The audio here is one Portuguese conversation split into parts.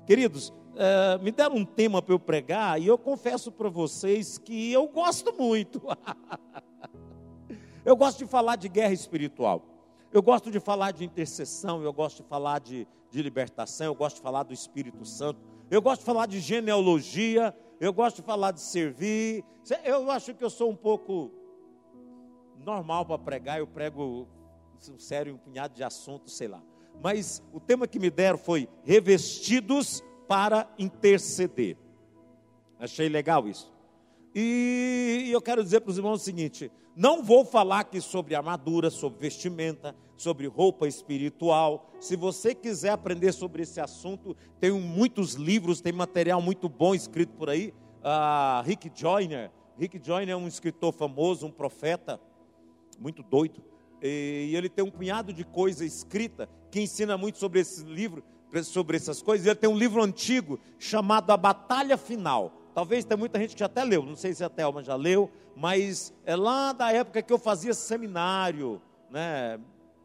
Queridos, me deram um tema para eu pregar e eu confesso para vocês que eu gosto muito. Eu gosto de falar de guerra espiritual. Eu gosto de falar de intercessão, eu gosto de falar de libertação, eu gosto de falar do Espírito Santo, eu gosto de falar de genealogia, eu gosto de falar de servir. Eu acho que eu sou um pouco normal para pregar, eu prego um punhado de assuntos, sei lá. Mas o tema que me deram foi revestidos para interceder. Achei legal isso. E eu quero dizer para os irmãos o seguinte: não vou falar aqui sobre armadura, sobre vestimenta, sobre roupa espiritual. Se você quiser aprender sobre esse assunto, tem muitos livros, tem material muito bom escrito por aí. Rick Joyner é um escritor famoso, um profeta, muito doido. E ele tem um punhado de coisa escrita que ensina muito sobre esse livro, sobre essas coisas. Ele tem um livro antigo chamado A Batalha Final. Talvez tenha muita gente que já até leu, não sei se a Thelma já leu, mas é lá da época que eu fazia seminário, né?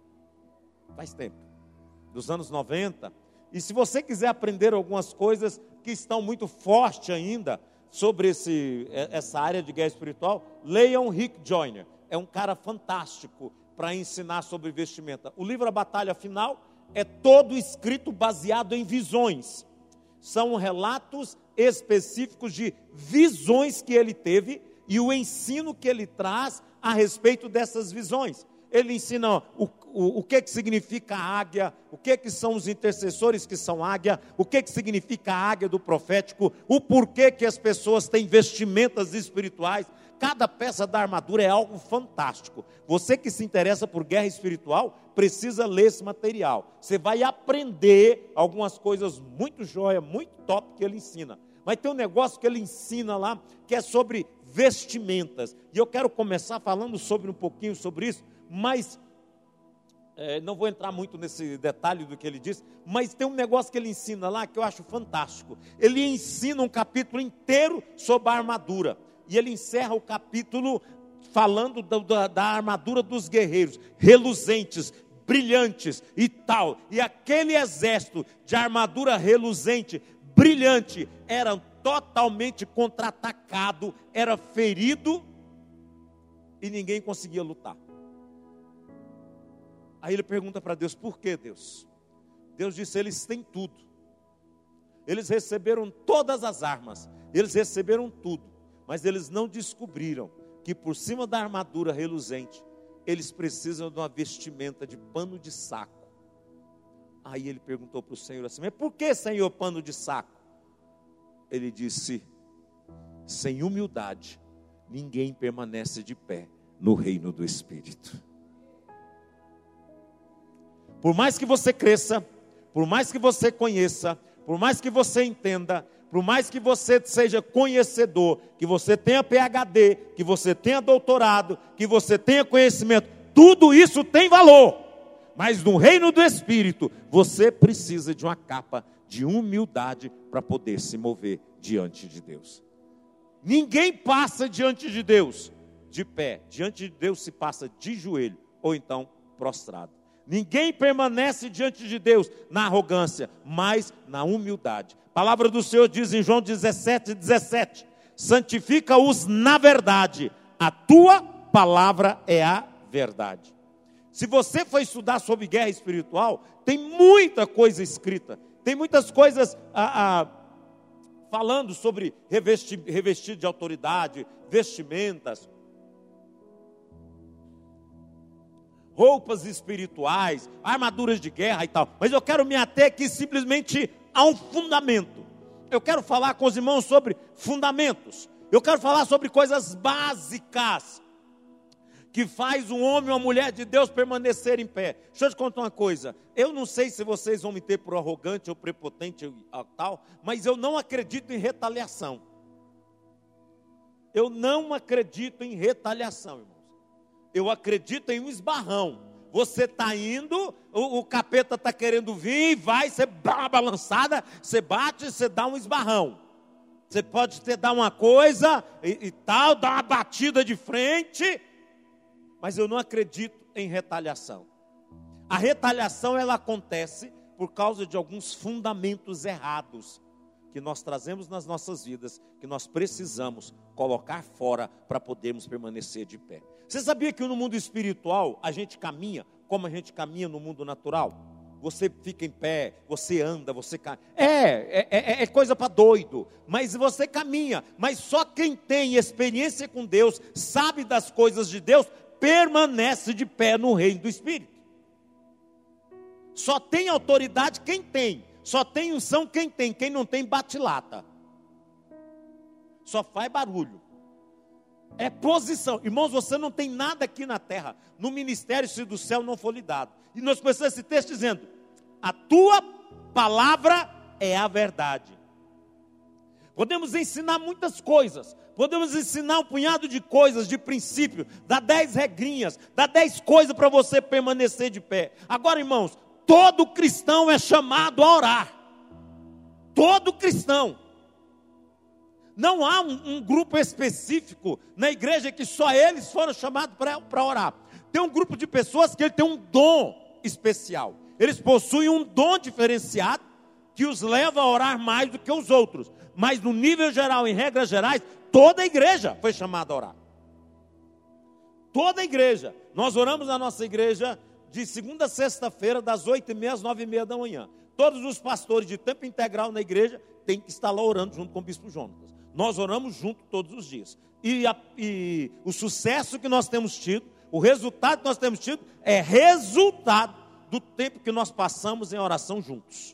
Faz tempo, dos anos 90. E se você quiser aprender algumas coisas que estão muito fortes ainda sobre essa área de guerra espiritual, leiam Rick Joyner. É um cara fantástico para ensinar sobre vestimenta. O livro A Batalha Final é todo escrito baseado em visões. São relatos específicos de visões que ele teve e o ensino que ele traz a respeito dessas visões. Ele ensina o que significa a águia, o que são os intercessores que são águia, o que significa a águia do profético, o porquê que as pessoas têm vestimentas espirituais. Cada peça da armadura é algo fantástico. Você que se interessa por guerra espiritual, precisa ler esse material. Você vai aprender algumas coisas muito jóia, muito top que ele ensina. Mas tem um negócio que ele ensina lá, que é sobre vestimentas. E eu quero começar falando um pouquinho sobre isso, mas não vou entrar muito nesse detalhe do que ele diz, mas tem um negócio que ele ensina lá que eu acho fantástico. Ele ensina um capítulo inteiro sobre a armadura. E ele encerra o capítulo falando da armadura dos guerreiros, reluzentes, brilhantes e tal. E aquele exército de armadura reluzente, brilhante, era totalmente contra-atacado, era ferido e ninguém conseguia lutar. Aí ele pergunta para Deus: por que, Deus? Deus disse: eles têm tudo. Eles receberam todas as armas, eles receberam tudo. Mas eles não descobriram que por cima da armadura reluzente, eles precisam de uma vestimenta de pano de saco. Aí ele perguntou para o Senhor assim: mas por que, Senhor, pano de saco? Ele disse: sem humildade, ninguém permanece de pé no reino do Espírito. Por mais que você cresça, por mais que você conheça, por mais que você entenda, por mais que você seja conhecedor, que você tenha PhD, que você tenha doutorado, que você tenha conhecimento, tudo isso tem valor. Mas no reino do Espírito, você precisa de uma capa de humildade para poder se mover diante de Deus. Ninguém passa diante de Deus de pé. Diante de Deus se passa de joelho ou então prostrado. Ninguém permanece diante de Deus na arrogância, mas na humildade. A palavra do Senhor diz em João 17:17: santifica-os na verdade, a tua palavra é a verdade. Se você for estudar sobre guerra espiritual, tem muita coisa escrita, tem muitas coisas falando sobre revestido de autoridade, vestimentas, roupas espirituais, armaduras de guerra e tal. Mas eu quero me ater aqui simplesmente a um fundamento. Eu quero falar com os irmãos sobre fundamentos. Eu quero falar sobre coisas básicas que faz um homem ou uma mulher de Deus permanecer em pé. Deixa eu te contar uma coisa. Eu não sei se vocês vão me ter por arrogante ou prepotente ou tal, mas eu não acredito em retaliação. Eu não acredito em retaliação, irmãos. Eu acredito em um esbarrão. Você está indo, o capeta está querendo vir, vai, você dá uma balançada, você bate, você dá um esbarrão. Você pode dar uma coisa e tal, dar uma batida de frente, mas eu não acredito em retaliação. A retaliação, ela acontece por causa de alguns fundamentos errados que nós trazemos nas nossas vidas, que nós precisamos colocar fora para podermos permanecer de pé. Você sabia que no mundo espiritual a gente caminha como a gente caminha no mundo natural? Você fica em pé, você anda, você caminha. É coisa para doido, mas você caminha. Mas só quem tem experiência com Deus, sabe das coisas de Deus, permanece de pé no reino do Espírito. Só tem autoridade quem tem. Só tem unção quem tem. Quem não tem, bate lata. Só faz barulho. É posição. Irmãos, você não tem nada aqui na terra, no ministério, se do céu não for lhe dado. E nós começamos esse texto dizendo: a tua palavra é a verdade. Podemos ensinar muitas coisas. Podemos ensinar um punhado de coisas, de princípio. Dá 10 regrinhas. Dá 10 coisas para você permanecer de pé. Agora, irmãos, todo cristão é chamado a orar. Todo cristão. Não há um grupo específico na igreja que só eles foram chamados para orar. Tem um grupo de pessoas que ele tem um dom especial. Eles possuem um dom diferenciado que os leva a orar mais do que os outros. Mas no nível geral, em regras gerais, toda a igreja foi chamada a orar. Toda a igreja. Nós oramos na nossa igreja de segunda a sexta-feira, das 8h30 às 9h30 da manhã. Todos os pastores de tempo integral na igreja têm que estar lá orando junto com o bispo Jonas. Nós oramos junto todos os dias. E o sucesso que nós temos tido, o resultado que nós temos tido, é resultado do tempo que nós passamos em oração juntos.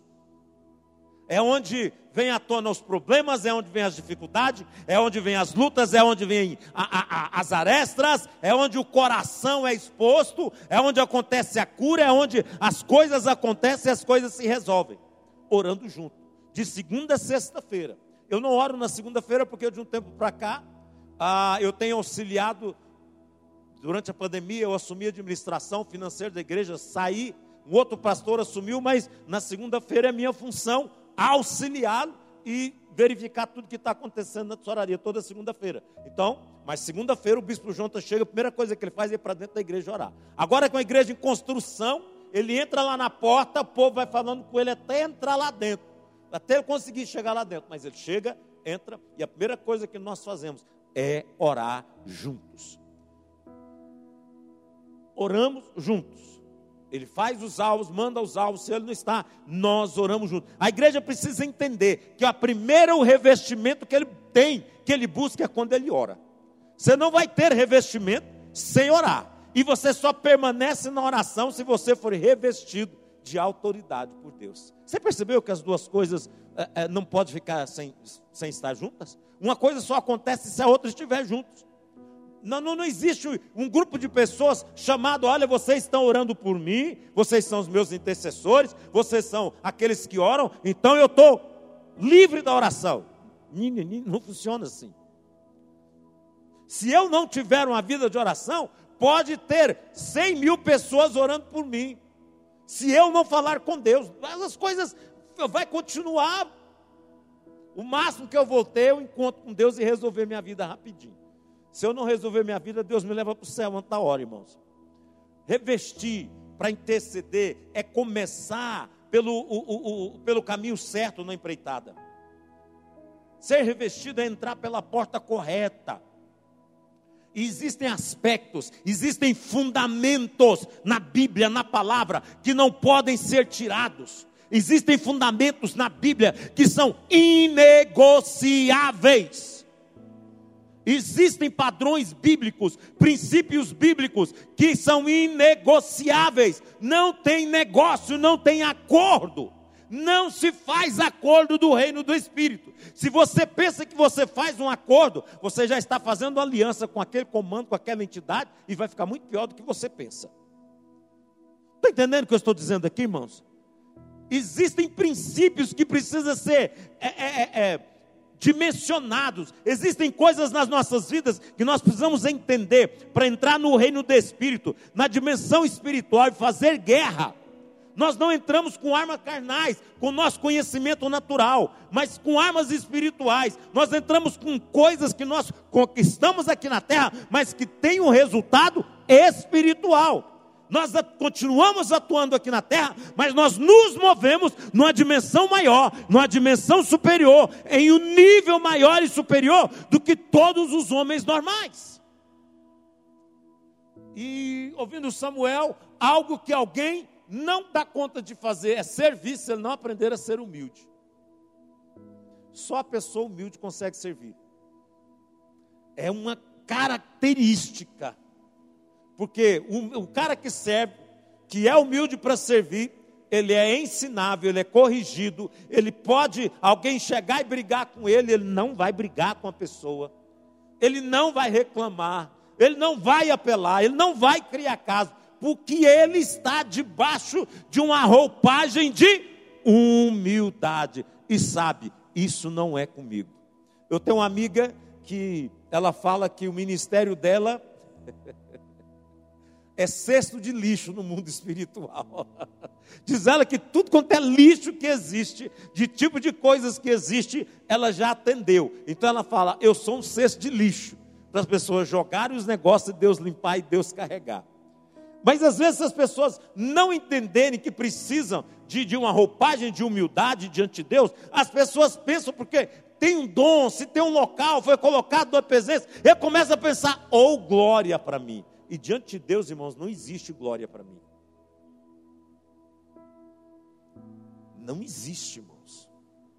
É onde vem à tona os problemas, é onde vem as dificuldades, é onde vem as lutas, é onde vem as arestas, é onde o coração é exposto, é onde acontece a cura, é onde as coisas acontecem e as coisas se resolvem. Orando junto, de segunda a sexta-feira. Eu não oro na segunda-feira porque de um tempo para cá, eu tenho auxiliado, durante a pandemia eu assumi a administração financeira da igreja, saí, um outro pastor assumiu, mas na segunda-feira é minha função auxiliá-lo e verificar tudo que está acontecendo na tesouraria, toda segunda-feira. Então, mas segunda-feira o bispo Jontas chega, a primeira coisa que ele faz é ir para dentro da igreja orar. Agora com a igreja em construção, ele entra lá na porta, o povo vai falando com ele até entrar lá dentro, até ele conseguir chegar lá dentro. Mas ele chega, entra, e a primeira coisa que nós fazemos é orar juntos. Oramos juntos. Ele faz os alvos, manda os alvos, se ele não está, nós oramos juntos. A igreja precisa entender que o primeiro revestimento que ele tem, que ele busca, é quando ele ora. Você não vai ter revestimento sem orar. E você só permanece na oração se você for revestido de autoridade por Deus. Você percebeu que as duas coisas não podem ficar sem estar juntas? Uma coisa só acontece se a outra estiver juntos. Não existe um grupo de pessoas chamado: olha, vocês estão orando por mim, vocês são os meus intercessores, vocês são aqueles que oram, então eu estou livre da oração. Não funciona assim. Se eu não tiver uma vida de oração, pode ter 100 mil pessoas orando por mim. Se eu não falar com Deus, as coisas vai continuar. O máximo que eu vou ter é um encontro com Deus e resolver minha vida rapidinho. Se eu não resolver minha vida, Deus me leva para o céu antes da hora, irmãos. Revestir para interceder é começar pelo caminho certo na empreitada. Ser revestido é entrar pela porta correta. E existem aspectos, existem fundamentos na Bíblia, na palavra, que não podem ser tirados. Existem fundamentos na Bíblia que são inegociáveis. Existem padrões bíblicos, princípios bíblicos que são inegociáveis. Não tem negócio, não tem acordo. Não se faz acordo do reino do Espírito. Se você pensa que você faz um acordo, você já está fazendo aliança com aquele comando, com aquela entidade, e vai ficar muito pior do que você pensa. Está entendendo o que eu estou dizendo aqui, irmãos? Existem princípios que precisam ser dimensionados. Existem coisas nas nossas vidas que nós precisamos entender para entrar no reino do Espírito, na dimensão espiritual e fazer guerra. Nós não entramos com armas carnais, com nosso conhecimento natural, mas com armas espirituais. Nós entramos com coisas que nós conquistamos aqui na terra, mas que tem um resultado espiritual. nós continuamos atuando aqui na terra, mas nós nos movemos numa dimensão maior, numa dimensão superior, em um nível maior e superior do que todos os homens normais. E ouvindo Samuel, algo que alguém não dá conta de fazer é servir se ele não aprender a ser humilde. Só a pessoa humilde consegue servir. É uma característica. Porque o cara que serve, que é humilde para servir, ele é ensinável, ele é corrigido, ele pode, alguém chegar e brigar com ele não vai brigar com a pessoa, ele não vai reclamar, ele não vai apelar, ele não vai criar caso, porque ele está debaixo de uma roupagem de humildade, e sabe, isso não é comigo. Eu tenho uma amiga que, ela fala que o ministério dela é cesto de lixo no mundo espiritual. Diz ela que tudo quanto é lixo que existe, de tipo de coisas que existe, ela já atendeu. Então ela fala, eu sou um cesto de lixo, para as pessoas jogarem os negócios e Deus limpar e Deus carregar. Mas às vezes as pessoas não entenderem que precisam de uma roupagem de humildade diante de Deus, as pessoas pensam porque tem um dom, se tem um local, foi colocado na presença, ele começa a pensar, glória para mim. E diante de Deus, irmãos, não existe glória para mim. Não existe, irmãos.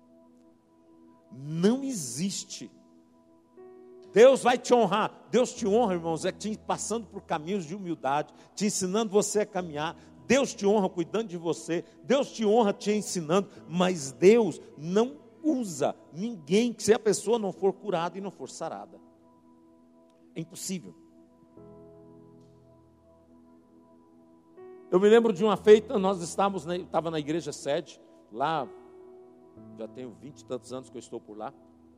Não existe. Deus vai te honrar. Deus te honra, irmãos, é te passando por caminhos de humildade, te ensinando você a caminhar. Deus te honra cuidando de você. Deus te honra te ensinando. Mas Deus não usa ninguém se a pessoa não for curada e não for sarada. É impossível. Eu me lembro de uma feita, nós estava na igreja sede, lá, já tenho 20 e tantos anos que eu estou por lá.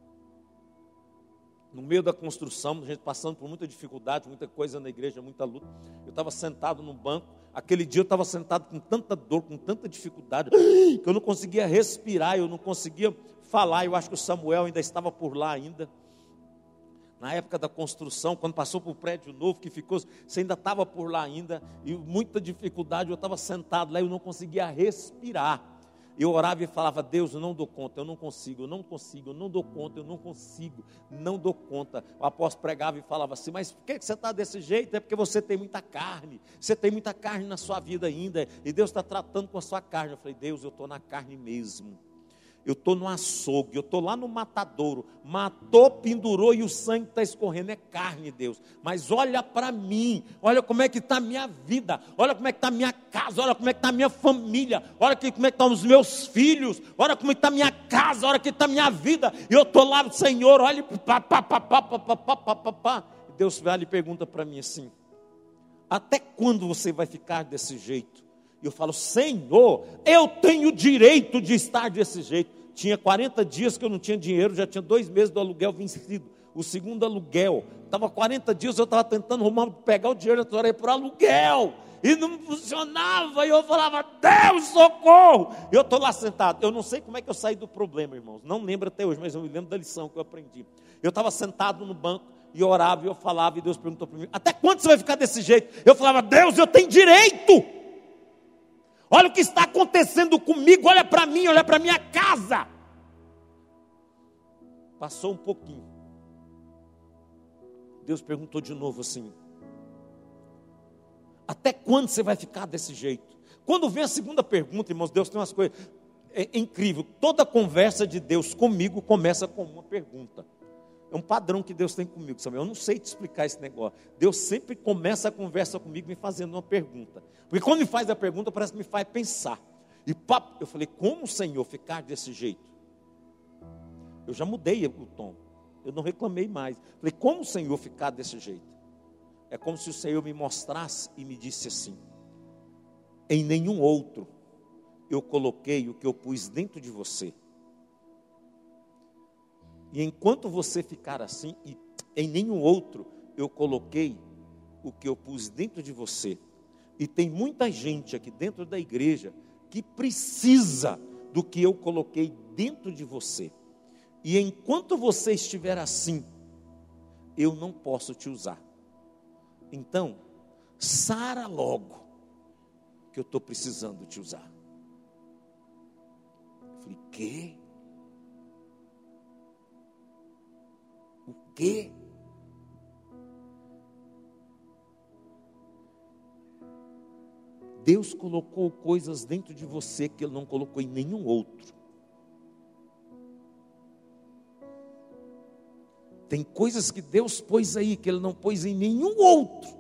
No meio da construção, a gente passando por muita dificuldade, muita coisa na igreja, muita luta. Eu estava sentado num banco, aquele dia eu estava sentado com tanta dor, com tanta dificuldade, que eu não conseguia respirar, eu não conseguia falar. Eu acho que o Samuel ainda estava por lá ainda. Na época da construção, quando passou para o prédio novo que ficou, você ainda estava por lá ainda, e muita dificuldade, eu estava sentado lá, eu não conseguia respirar. Eu orava e falava, Deus, eu não dou conta, eu não consigo, eu não dou conta, eu não consigo, não dou conta. O apóstolo pregava e falava assim, mas por que você está desse jeito? É porque você tem muita carne na sua vida ainda, e Deus está tratando com a sua carne. Eu falei, Deus, eu estou na carne mesmo. Eu estou no açougue, eu estou lá no matadouro, matou, pendurou e o sangue está escorrendo, é carne, Deus. Mas olha para mim, olha como é que está a minha vida, olha como é que está a minha casa, olha como é que está a minha família, olha como é que estão os meus filhos, olha como é que está a minha casa, olha que está a minha vida. E eu estou lá, Senhor, olha, e Deus vai e pergunta para mim assim, até quando você vai ficar desse jeito? E eu falo, Senhor, eu tenho direito de estar desse jeito. Tinha 40 dias que eu não tinha dinheiro, já tinha 2 meses do aluguel vencido. O segundo aluguel, estava 40 dias, eu estava tentando pegar o dinheiro da tesouraria para aluguel. E não funcionava, e eu falava, Deus, socorro. E eu estou lá sentado, eu não sei como é que eu saí do problema, irmãos. Não lembro até hoje, mas eu me lembro da lição que eu aprendi. Eu estava sentado no banco, e orava, e eu falava, e Deus perguntou para mim, até quando você vai ficar desse jeito? Eu falava, Deus, eu tenho direito. Olha o que está acontecendo comigo, olha para mim, olha para minha casa. Passou um pouquinho. Deus perguntou de novo assim, até quando você vai ficar desse jeito? Quando vem a segunda pergunta, irmãos, Deus tem umas coisas, é incrível, toda conversa de Deus comigo começa com uma pergunta. É um padrão que Deus tem comigo, sabe? Eu não sei te explicar esse negócio. Deus sempre começa a conversa comigo me fazendo uma pergunta. Porque quando me faz a pergunta, parece que me faz pensar. E eu falei, como, Senhor, ficar desse jeito? Eu já mudei o tom. Eu não reclamei mais. Falei, como, Senhor, ficar desse jeito? É como se o Senhor me mostrasse e me disse assim, em nenhum outro eu coloquei o que eu pus dentro de você. E enquanto você ficar assim, e em nenhum outro eu coloquei o que eu pus dentro de você. E tem muita gente aqui dentro da igreja que precisa do que eu coloquei dentro de você. E enquanto você estiver assim, eu não posso te usar. Então, sara logo, que eu estou precisando te usar. Eu falei, quê? O quê? Deus colocou coisas dentro de você que Ele não colocou em nenhum outro. Tem coisas que Deus pôs aí que Ele não pôs em nenhum outro.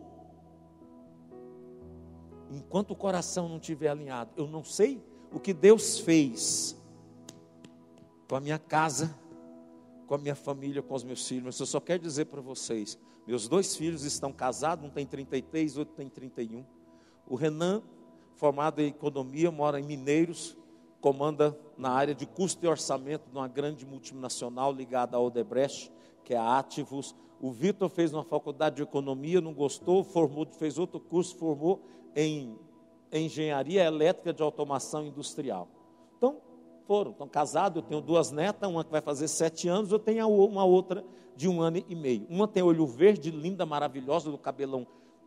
Enquanto o coração não estiver alinhado, eu não sei o que Deus fez com a minha casa, com a minha família, com os meus filhos. Mas eu só quero dizer para vocês, meus 2 filhos estão casados, um tem 33, outro tem 31. O Renan, formado em economia, mora em Mineiros, comanda na área de custo e orçamento de uma grande multinacional ligada à Odebrecht, que é a Ativos. O Vitor fez uma faculdade de economia, não gostou, formou, fez outro curso, formou em engenharia elétrica de automação industrial. Então, estão casados, eu tenho 2 netas, uma que vai fazer 7 anos, eu tenho uma outra de 1 ano e meio. Uma tem olho verde, linda, maravilhosa, do cabelão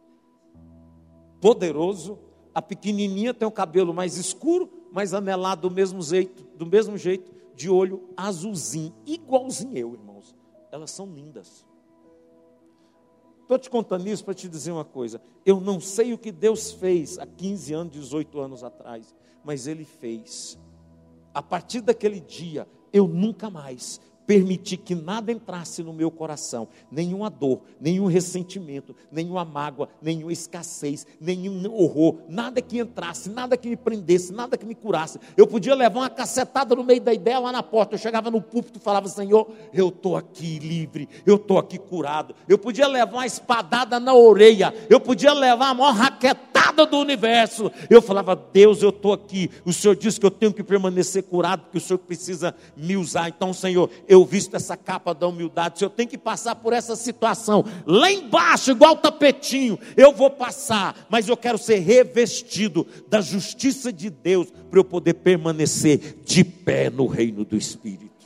poderoso. A pequenininha tem o cabelo mais escuro, mas anelado do mesmo jeito, de olho azulzinho, igualzinho eu, irmãos. Elas são lindas. Estou te contando isso para te dizer uma coisa. Eu não sei o que Deus fez há 15 anos, 18 anos atrás, mas Ele fez. A partir daquele dia, eu nunca mais permiti que nada entrasse no meu coração, nenhuma dor, nenhum ressentimento, nenhuma mágoa, nenhuma escassez, nenhum horror, nada que entrasse, nada que me prendesse, nada que me curasse. Eu podia levar uma cacetada no meio da ideia lá na porta, eu chegava no púlpito e falava, Senhor, eu estou aqui livre, eu estou aqui curado. Eu podia levar uma espadada na orelha, eu podia levar a maior raquetada do universo. Eu falava, Deus, eu estou aqui, o Senhor disse que eu tenho que permanecer curado, porque o Senhor precisa me usar. Então, Senhor, eu visto essa capa da humildade, se eu tenho que passar por essa situação, lá embaixo, igual tapetinho, eu vou passar, mas eu quero ser revestido da justiça de Deus, para eu poder permanecer de pé no reino do Espírito.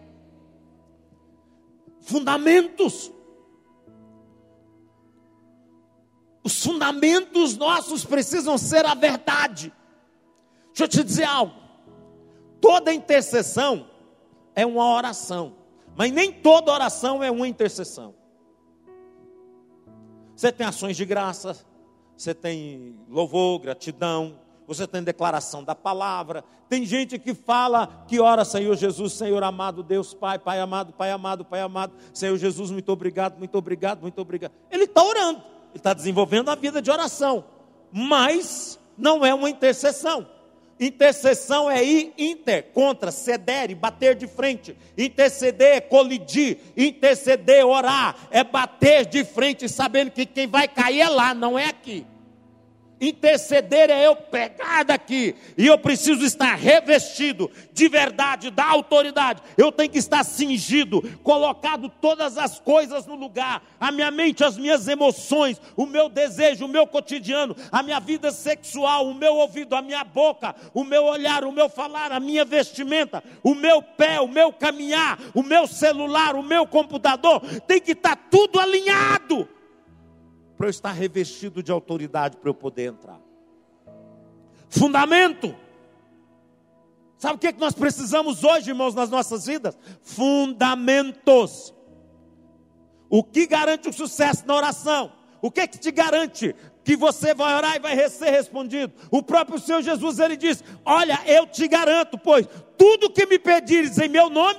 Fundamentos. Os fundamentos nossos precisam ser a verdade. Deixa eu te dizer algo, toda intercessão é uma oração, mas nem toda oração é uma intercessão. Você tem ações de graça, você tem louvor, gratidão, você tem declaração da palavra. Tem gente que fala, que ora, Senhor Jesus, Senhor amado, Deus Pai, Pai amado, Pai amado, Pai amado, Senhor Jesus, muito obrigado, muito obrigado, muito obrigado. Ele está orando, ele está desenvolvendo a vida de oração, mas não é uma intercessão. Intercessão é ir contra, ceder, bater de frente. Interceder é colidir. Interceder, orar, é bater de frente, sabendo que quem vai cair é lá, não é aqui. Interceder é eu pegar daqui, e eu preciso estar revestido de verdade, da autoridade. Eu tenho que estar cingido, colocado todas as coisas no lugar, a minha mente, as minhas emoções, o meu desejo, o meu cotidiano, a minha vida sexual, o meu ouvido, a minha boca, o meu olhar, o meu falar, a minha vestimenta, o meu pé, o meu caminhar, o meu celular, o meu computador, tem que estar tudo alinhado, para eu estar revestido de autoridade, para eu poder entrar. Fundamento. Sabe o que nós precisamos hoje, irmãos, nas nossas vidas? Fundamentos. O que garante o sucesso na oração? O que te garante que você vai orar e vai ser respondido? O próprio Senhor Jesus, Ele diz, olha, eu te garanto, pois tudo que me pedires em meu nome.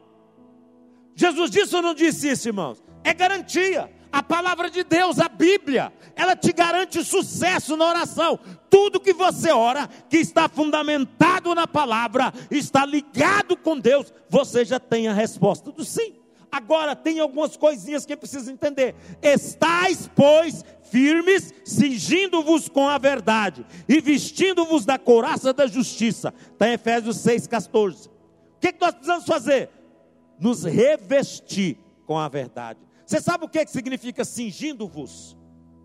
Jesus disse ou não disse isso, irmãos? É garantia. A palavra de Deus, a Bíblia, ela te garante sucesso na oração. Tudo que você ora, que está fundamentado na palavra, está ligado com Deus, você já tem a resposta do sim. Agora, tem algumas coisinhas que precisa entender. Estais, pois, firmes, cingindo-vos com a verdade, e vestindo-vos da couraça da justiça. Está em Efésios 6,14. O que nós precisamos fazer? Nos revestir com a verdade. Você sabe o que significa cingindo-vos?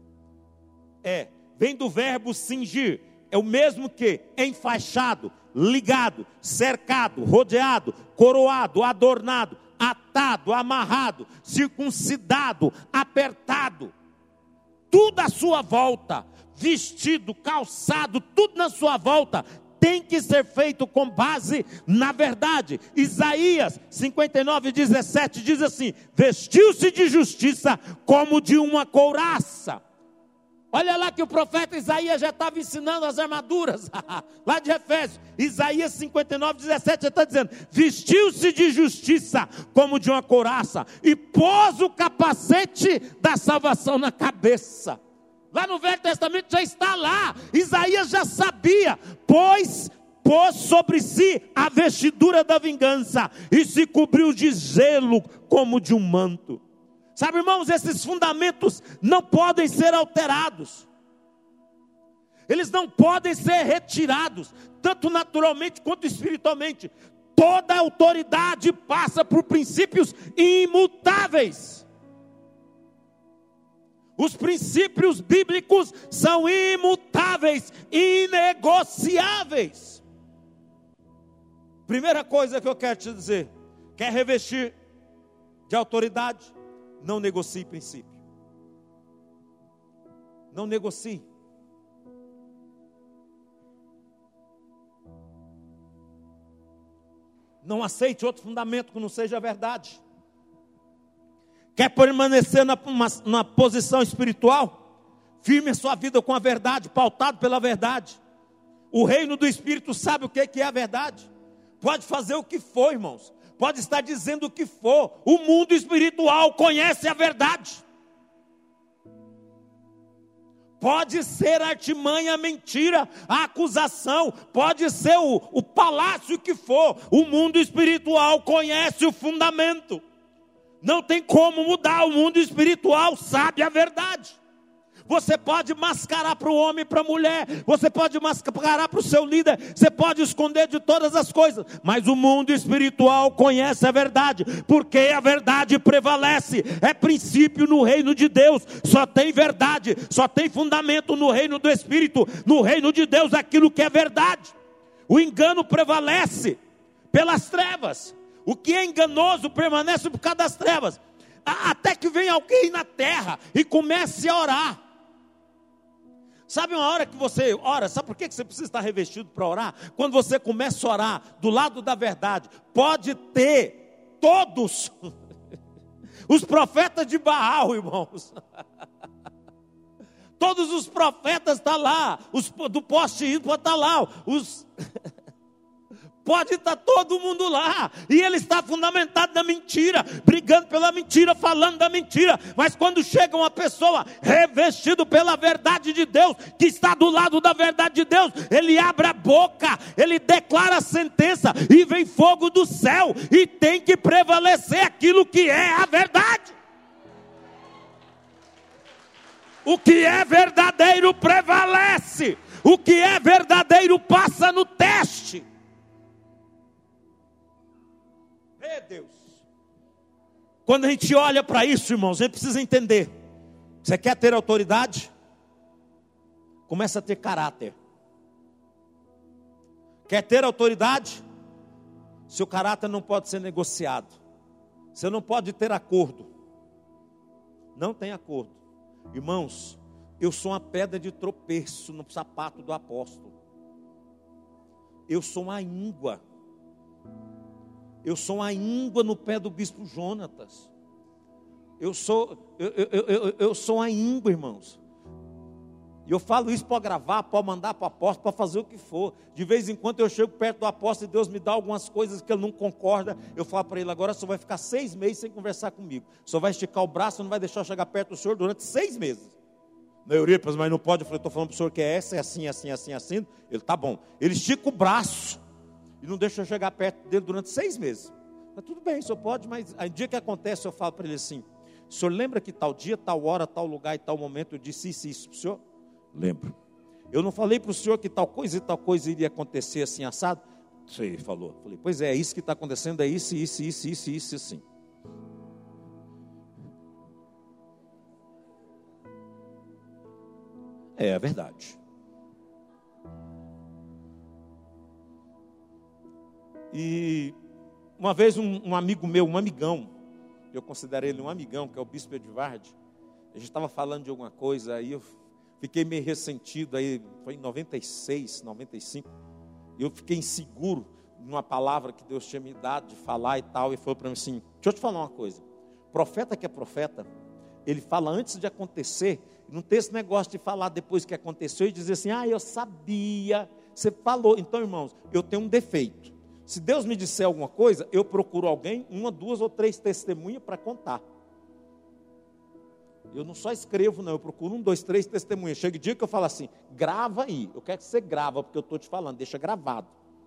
Vem do verbo cingir. É o mesmo que enfaixado, ligado, cercado, rodeado, coroado, adornado, atado, amarrado, circuncidado, apertado. Tudo à sua volta, vestido, calçado, tudo na sua volta tem que ser feito com base na verdade. Isaías 59:17 diz assim: vestiu-se de justiça como de uma couraça. Olha lá que o profeta Isaías já estava ensinando as armaduras, lá de Efésios. Isaías 59:17 já está dizendo: vestiu-se de justiça como de uma couraça, e pôs o capacete da salvação na cabeça. Lá no Velho Testamento já está lá, Isaías já sabia, pôs sobre si a vestidura da vingança, e se cobriu de zelo como de um manto. Sabe, irmãos, esses fundamentos não podem ser alterados. Eles não podem ser retirados, tanto naturalmente quanto espiritualmente. Toda autoridade passa por princípios imutáveis. Os princípios bíblicos são imutáveis, inegociáveis. Primeira coisa que eu quero te dizer: quer revestir de autoridade? Não negocie princípio. Não negocie. Não aceite outro fundamento que não seja a verdade. Quer permanecer na posição espiritual? Firme a sua vida com a verdade, pautado pela verdade. O reino do Espírito sabe o que é a verdade. Pode fazer o que for, irmãos. Pode estar dizendo o que for. O mundo espiritual conhece a verdade. Pode ser a artimanha, a mentira, a acusação. Pode ser o palácio que for. O mundo espiritual conhece o fundamento. Não tem como mudar. O mundo espiritual sabe a verdade. Você pode mascarar para o homem e para a mulher, você pode mascarar para o seu líder, você pode esconder de todas as coisas, mas o mundo espiritual conhece a verdade, porque a verdade prevalece. É princípio no reino de Deus, só tem verdade, só tem fundamento no reino do Espírito. No reino de Deus, aquilo que é verdade. O engano prevalece pelas trevas. O que é enganoso permanece por causa das trevas, até que venha alguém na terra e comece a orar. Sabe uma hora que você ora, sabe por que você precisa estar revestido para orar? Quando você começa a orar do lado da verdade, pode ter todos os profetas de Baal, irmãos. Todos os profetas estão lá, os do poste ídolo pode estar lá, pode estar todo mundo lá, e ele está fundamentado na mentira, brigando pela mentira, falando da mentira. Mas quando chega uma pessoa revestido pela verdade de Deus, que está do lado da verdade de Deus, ele abre a boca, ele declara a sentença, e vem fogo do céu, e tem que prevalecer aquilo que é a verdade. O que é verdadeiro prevalece, o que é verdadeiro passa no teste. Deus. Quando a gente olha para isso, irmãos, a gente precisa entender. Você quer ter autoridade? Começa a ter caráter. Quer ter autoridade? Seu caráter não pode ser negociado. Você não pode ter acordo. Não tem acordo. Irmãos, eu sou uma pedra de tropeço no sapato do apóstolo. Eu sou uma íngua. Eu sou uma íngua no pé do bispo Jonatas. Eu sou uma íngua, irmãos. E eu falo isso para gravar, para mandar para o apóstolo, para fazer o que for. De vez em quando eu chego perto do apóstolo e Deus me dá algumas coisas que ele não concorda. Eu falo para ele: agora só vai ficar 6 meses sem conversar comigo. Só vai esticar o braço, não vai deixar eu chegar perto do senhor durante 6 meses. Na Euripas, mas não pode. Eu falei: estou falando para o senhor que é essa, é assim, assim, assim, assim. Ele: tá bom. Ele estica o braço e não deixa eu chegar perto dele durante 6 meses. Mas tudo bem, o senhor pode, mas aí, no dia que acontece, eu falo para ele assim: o senhor lembra que tal dia, tal hora, tal lugar e tal momento eu disse isso para o senhor? Lembro. Eu não falei para o senhor que tal coisa e tal coisa iria acontecer assim, assado? Sim, ele falou. Falei: pois é isso que está acontecendo, é isso, assim. É a verdade. E uma vez um amigo meu, um amigão, eu considero ele um amigão, que é o bispo Edvardi, a gente estava falando de alguma coisa, aí eu fiquei meio ressentido, aí foi em 96, 95, eu fiquei inseguro numa palavra que Deus tinha me dado de falar e tal, e falou para mim assim, deixa eu te falar uma coisa, profeta que é profeta, ele fala antes de acontecer, não tem esse negócio de falar depois que aconteceu e dizer assim, eu sabia, você falou. Então, irmãos, eu tenho um defeito. Se Deus me disser alguma coisa, eu procuro alguém, 1, 2 ou 3 testemunhas para contar. Eu não só escrevo, não, eu procuro 1, 2, 3 testemunhas. Chega o dia que eu falo assim, grava aí, eu quero que você grava, porque eu estou te falando, deixa gravado.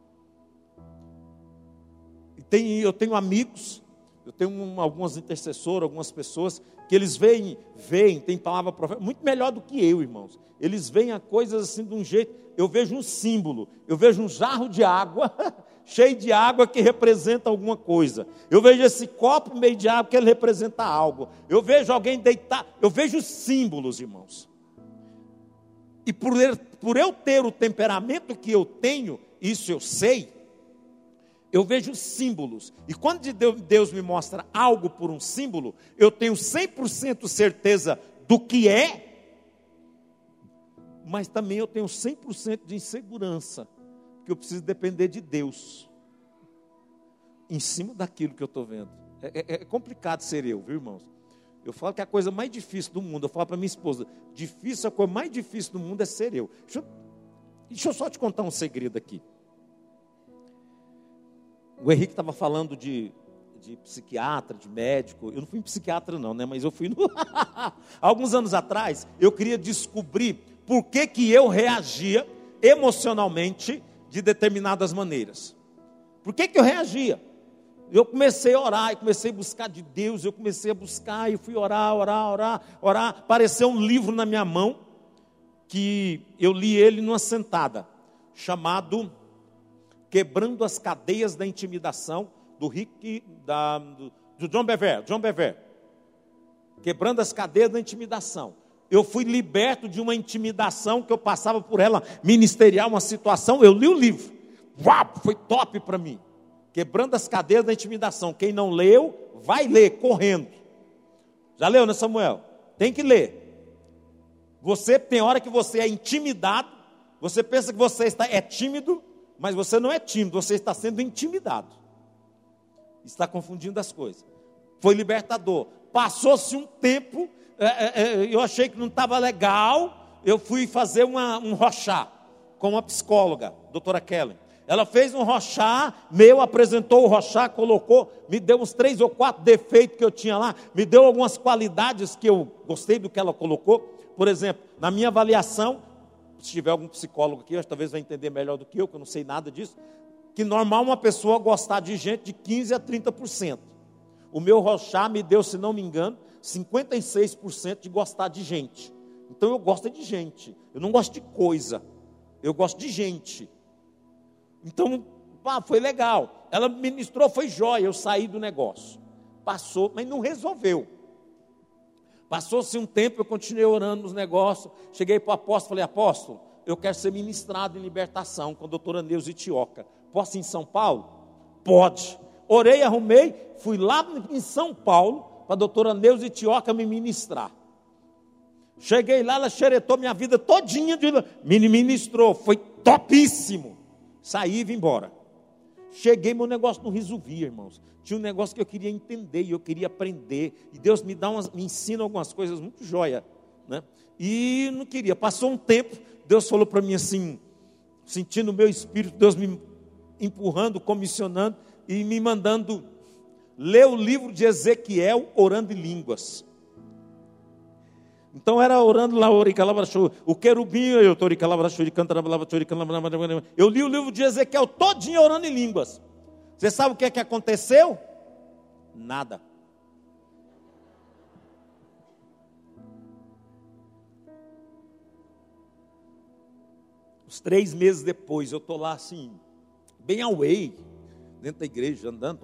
Eu tenho amigos, eu tenho algumas intercessoras, algumas pessoas, que eles veem, tem palavra profética, muito melhor do que eu, irmãos. Eles veem a coisas assim de um jeito, eu vejo um símbolo, eu vejo um jarro de água, cheio de água que representa alguma coisa. Eu vejo esse copo meio de água que ele representa algo. Eu vejo alguém deitar, eu vejo símbolos, irmãos. E por eu ter o temperamento que eu tenho, isso eu sei, eu vejo símbolos. E quando Deus me mostra algo por um símbolo, eu tenho 100% certeza do que é, mas também eu tenho 100% de insegurança, que eu preciso depender de Deus, em cima daquilo que eu estou vendo. É complicado ser eu, viu, irmãos? Eu falo que a coisa mais difícil do mundo, eu falo para minha esposa, a coisa mais difícil do mundo é ser eu. Deixa eu só te contar um segredo aqui. O Henrique estava falando de psiquiatra, de médico. Eu não fui psiquiatra não, né? Mas eu fui alguns anos atrás, eu queria descobrir por que eu reagia emocionalmente de determinadas maneiras. Por que eu reagia? Eu comecei a orar, e comecei a buscar de Deus, eu comecei a buscar, e fui orar. Apareceu um livro na minha mão, que eu li ele numa sentada, chamado Quebrando as Cadeias da Intimidação, do John Bevere. Quebrando as Cadeias da Intimidação. Eu fui liberto de uma intimidação que eu passava por ela, ministerial, uma situação, eu li o livro. Uau, foi top para mim. Quebrando as Cadeias da Intimidação. Quem não leu, vai ler, correndo. Já leu, né, Samuel? Tem que ler. Você tem hora que você é intimidado, você pensa que você é tímido, mas você não é tímido, você está sendo intimidado. Está confundindo as coisas. Foi libertador. Passou-se um tempo, eu achei que não estava legal, eu fui fazer um rochá com uma psicóloga, doutora Kellen. Ela fez um rochá meu, apresentou o rochá, colocou, me deu uns 3 ou 4 defeitos que eu tinha lá, me deu algumas qualidades que eu gostei do que ela colocou. Por exemplo, na minha avaliação, se tiver algum psicólogo aqui, talvez vai entender melhor do que eu não sei nada disso, que normal uma pessoa gostar de gente de 15% a 30%. O meu rochá me deu, se não me engano, 56% de gostar de gente. Então eu gosto de gente, eu não gosto de coisa, eu gosto de gente. Então, foi legal. Ela ministrou, foi jóia, eu saí do negócio. Passou, mas não resolveu. Passou-se um tempo, eu continuei orando nos negócios. Cheguei para o apóstolo, falei, apóstolo, eu quero ser ministrado em libertação com a doutora Neuza Itioca. Posso ir em São Paulo? Pode. Orei, arrumei, fui lá em São Paulo para a doutora Neuza Itioca me ministrar. Cheguei lá, ela xeretou minha vida todinha, me ministrou, foi topíssimo. Saí e vim embora. Cheguei, meu negócio não resolvia, irmãos. Tinha um negócio que eu queria entender e eu queria aprender. E Deus me ensina algumas coisas muito jóia, né? E não queria. Passou um tempo, Deus falou para mim assim, sentindo o meu espírito, Deus me empurrando, comissionando e me mandando ler o livro de Ezequiel, orando em línguas. Então era orando lá, o querubim, eu li o livro de Ezequiel todinho orando em línguas. Você sabe o que aconteceu? Nada. Uns 3 meses depois, eu estou lá assim, bem away, dentro da igreja, andando,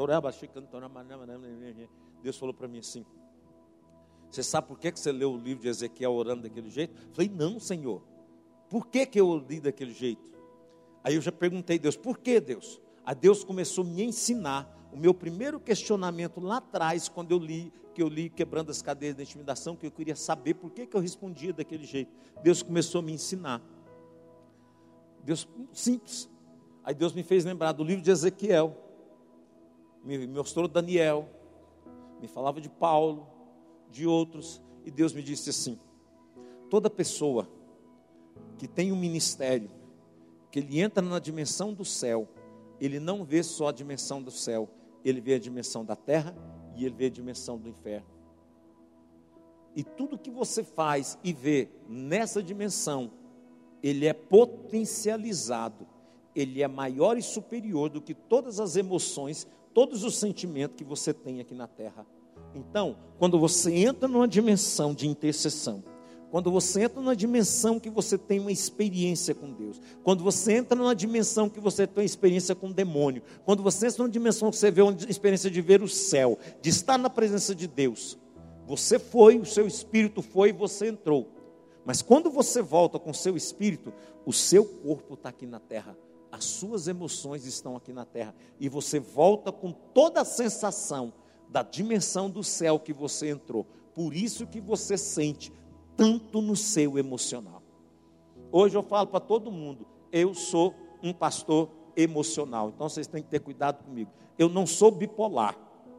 Deus falou para mim assim, você sabe por que você leu o livro de Ezequiel orando daquele jeito? Eu falei, não, Senhor. Por que eu li daquele jeito? Aí eu já perguntei a Deus, por que, Deus? Aí Deus começou a me ensinar o meu primeiro questionamento lá atrás, quando eu li Quebrando as Cadeias da Intimidação, que eu queria saber por que eu respondia daquele jeito. Deus começou a me ensinar. Deus, simples. Aí Deus me fez lembrar do livro de Ezequiel, me mostrou Daniel, me falava de Paulo, de outros, e Deus me disse assim: toda pessoa que tem um ministério, que ele entra na dimensão do céu, ele não vê só a dimensão do céu, ele vê a dimensão da terra e ele vê a dimensão do inferno. E tudo que você faz e vê nessa dimensão, ele é potencializado, ele é maior e superior do que todas as emoções, todos os sentimentos que você tem aqui na terra. Então, quando você entra numa dimensão de intercessão, quando você entra numa dimensão que você tem uma experiência com Deus, quando você entra numa dimensão que você tem uma experiência com o demônio, quando você entra numa dimensão que você vê uma experiência de ver o céu, de estar na presença de Deus, você foi, o seu espírito foi e você entrou. Mas quando você volta com o seu espírito, o seu corpo está aqui na terra, as suas emoções estão aqui na terra, e você volta com toda a sensação da dimensão do céu que você entrou. Por isso que você sente tanto no seu emocional. Hoje eu falo para todo mundo, eu sou um pastor emocional, então vocês têm que ter cuidado comigo. Eu não sou bipolar,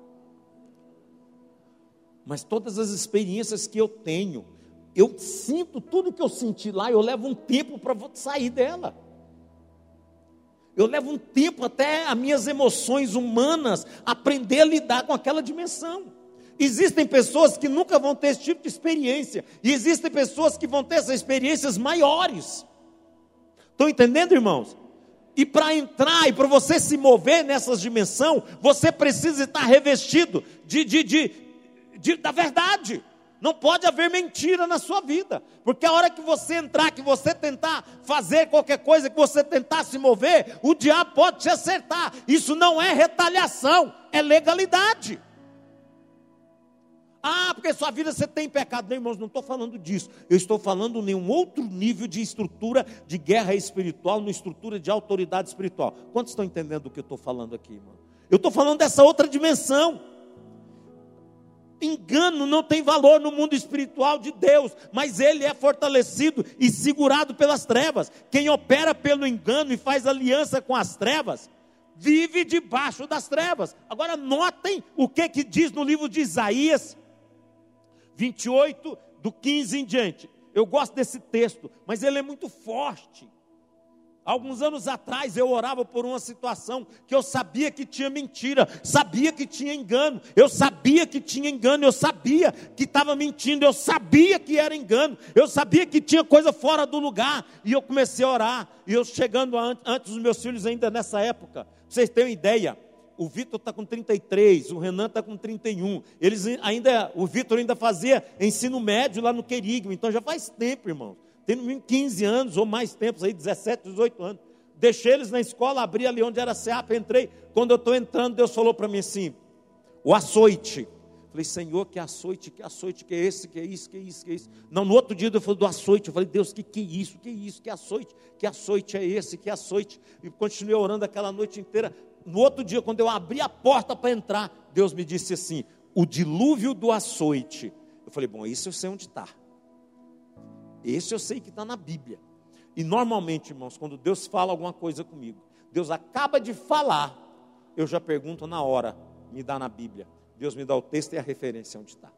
mas todas as experiências que eu tenho, eu sinto tudo que eu senti lá, eu levo um tempo para sair dela. Eu levo um tempo até as minhas emoções humanas aprender a lidar com aquela dimensão. Existem pessoas que nunca vão ter esse tipo de experiência, e existem pessoas que vão ter essas experiências maiores. Estão entendendo, irmãos? E para entrar e para você se mover nessas dimensões, você precisa estar revestido da verdade. Não pode haver mentira na sua vida, porque a hora que você entrar, que você tentar fazer qualquer coisa, que você tentar se mover, o diabo pode te acertar. Isso não é retaliação, é legalidade. Ah, porque sua vida você tem pecado. Não, irmãos, não estou falando disso. Eu estou falando em um outro nível de estrutura de guerra espiritual, numa estrutura de autoridade espiritual. Quantos estão entendendo do que eu estou falando aqui, irmão? Eu estou falando dessa outra dimensão. Engano não tem valor no mundo espiritual de Deus, mas ele é fortalecido e segurado pelas trevas. Quem opera pelo engano e faz aliança com as trevas, vive debaixo das trevas. Agora notem o que diz no livro de Isaías 28, do 15 em diante. Eu gosto desse texto, mas ele é muito forte. Alguns anos atrás eu orava por uma situação que eu sabia que tinha mentira, sabia que tinha engano, eu sabia que tinha engano, eu sabia que estava mentindo, eu sabia que era engano, eu sabia que tinha coisa fora do lugar, e eu comecei a orar, e eu chegando antes dos meus filhos ainda nessa época, pra vocês terem uma ideia, o Vitor está com 33, o Renan está com 31, o Vitor ainda fazia ensino médio lá no Querigma, então já faz tempo, irmão. Tenho 15 anos ou mais tempos aí, 17, 18 anos. Deixei eles na escola, abri ali onde era SEAP, entrei. Quando eu estou entrando, Deus falou para mim assim: o açoite. Falei, Senhor, que açoite, que é esse, que é isso, que é isso, que é isso. Não, no outro dia Deus falou do açoite. Eu falei, Deus, que é isso, que açoite é esse, que açoite. E continuei orando aquela noite inteira. No outro dia, quando eu abri a porta para entrar, Deus me disse assim: o dilúvio do açoite. Eu falei, bom, isso eu sei onde está. Esse eu sei que está na Bíblia. E normalmente, irmãos, quando Deus fala alguma coisa comigo, Deus acaba de falar, eu já pergunto na hora, me dá na Bíblia. Deus me dá o texto e a referência onde está.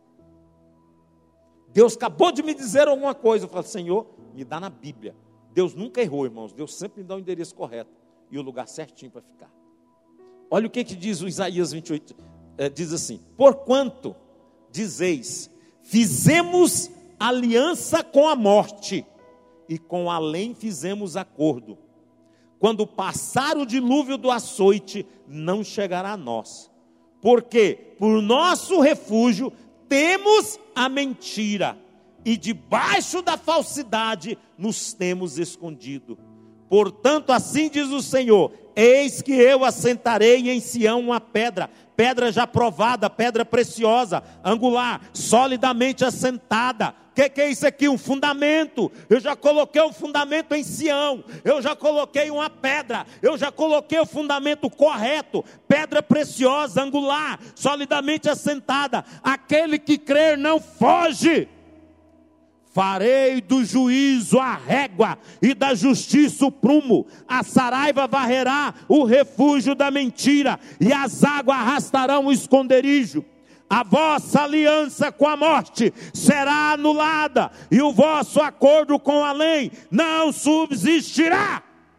Deus acabou de me dizer alguma coisa, eu falo, Senhor, me dá na Bíblia. Deus nunca errou, irmãos, Deus sempre me dá o endereço correto e o lugar certinho para ficar. Olha o que diz o Isaías 28, diz assim: porquanto dizeis, fizemos aliança com a morte, e com além fizemos acordo. Quando passar o dilúvio do açoite, não chegará a nós, porque por nosso refúgio temos a mentira, e debaixo da falsidade nos temos escondido. Portanto, assim diz o Senhor: eis que eu assentarei em Sião uma pedra já provada, pedra preciosa, angular, solidamente assentada, O que é isso aqui? Um fundamento. Eu já coloquei um fundamento em Sião. Eu já coloquei uma pedra. Eu já coloquei o fundamento correto. Pedra preciosa, angular, solidamente assentada. Aquele que crer não foge. Farei do juízo a régua e da justiça o prumo. A saraiva varrerá o refúgio da mentira e as águas arrastarão o esconderijo. A vossa aliança com a morte será anulada e o vosso acordo com o além não subsistirá.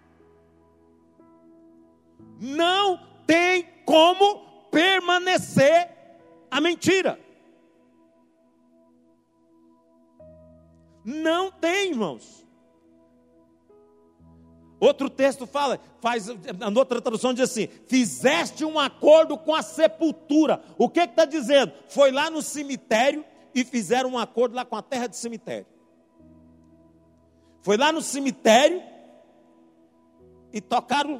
Não tem como permanecer a mentira. Não tem, irmãos. Outro texto na outra tradução diz assim: fizeste um acordo com a sepultura. O que está dizendo? Foi lá no cemitério e fizeram um acordo lá com a terra de cemitério. Foi lá no cemitério e tocaram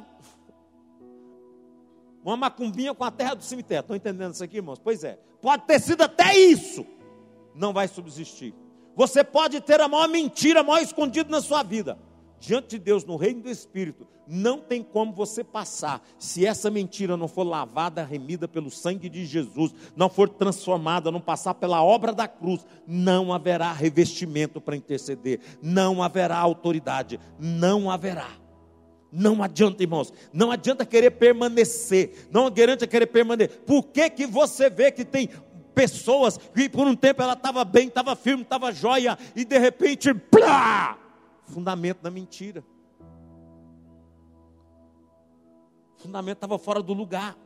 uma macumbinha com a terra do cemitério. Estão entendendo isso aqui, irmãos? Pois é. Pode ter sido até isso. Não vai subsistir. Você pode ter a maior mentira, a maior escondida na sua vida. Diante de Deus, no reino do Espírito, não tem como você passar, se essa mentira não for lavada, remida pelo sangue de Jesus, não for transformada, não passar pela obra da cruz, não haverá revestimento para interceder, não haverá autoridade, não haverá. Não adianta, irmãos, não adianta querer permanecer, não adianta querer permanecer. Por que você vê que tem pessoas que por um tempo ela estava bem, estava firme, estava jóia, e de repente, plá! Fundamento da mentira. O fundamento estava fora do lugar.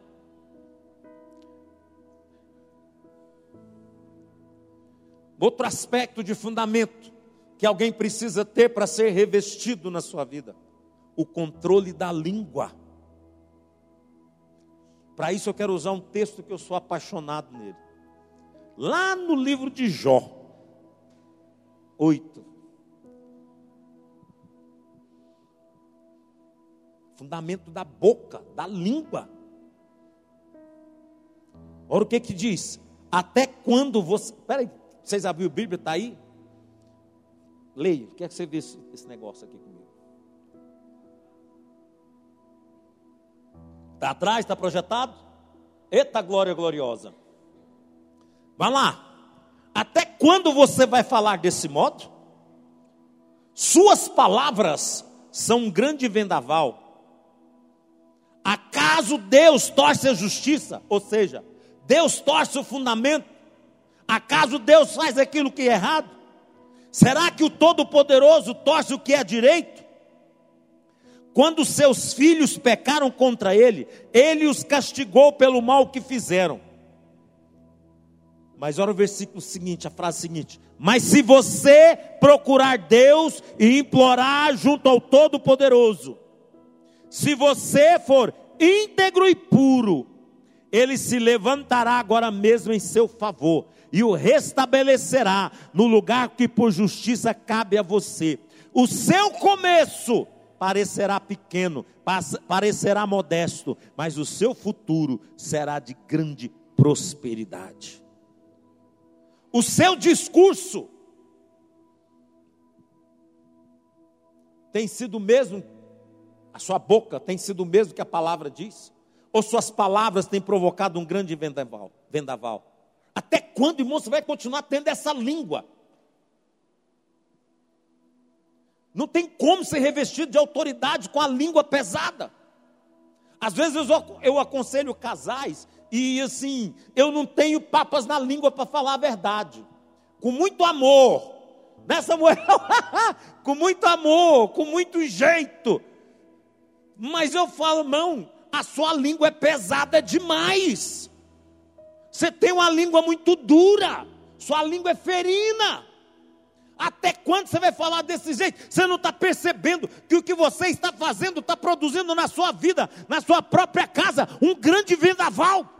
Outro aspecto de fundamento que alguém precisa ter para ser revestido na sua vida: o controle da língua. Para isso eu quero usar um texto que eu sou apaixonado nele. Lá no livro de Jó 8. Fundamento da boca, da língua. Olha o que diz. Até quando você... Espera aí, vocês abriram a Bíblia, está aí? Leia, quer que você veja esse negócio aqui comigo. Está atrás, está projetado? Eita glória gloriosa. Vai lá. Até quando você vai falar desse modo? Suas palavras são um grande vendaval. Acaso Deus torce a justiça? Ou seja, Deus torce o fundamento? Acaso Deus faz aquilo que é errado? Será que o Todo-Poderoso torce o que é direito? Quando seus filhos pecaram contra ele, ele os castigou pelo mal que fizeram. Mas olha o versículo seguinte, a frase seguinte: mas se você procurar Deus e implorar junto ao Todo-Poderoso, se você for íntegro e puro, ele se levantará agora mesmo em seu favor e o restabelecerá no lugar que por justiça cabe a você. O seu começo parecerá pequeno, parecerá modesto, mas o seu futuro será de grande prosperidade. O seu discurso tem sido o mesmo, a sua boca tem sido o mesmo que a palavra diz? Ou suas palavras têm provocado um grande vendaval? Até quando, irmão, você vai continuar tendo essa língua? Não tem como ser revestido de autoridade com a língua pesada. Às vezes eu aconselho casais, e assim, eu não tenho papas na língua para falar a verdade. Com muito amor, né, Samuel? Com muito amor, com muito jeito. Mas eu falo, não, a sua língua é pesada demais. Você tem uma língua muito dura, sua língua é ferina. Até quando você vai falar desse jeito? Você não está percebendo que o que você está fazendo está produzindo na sua vida, na sua própria casa, um grande vendaval.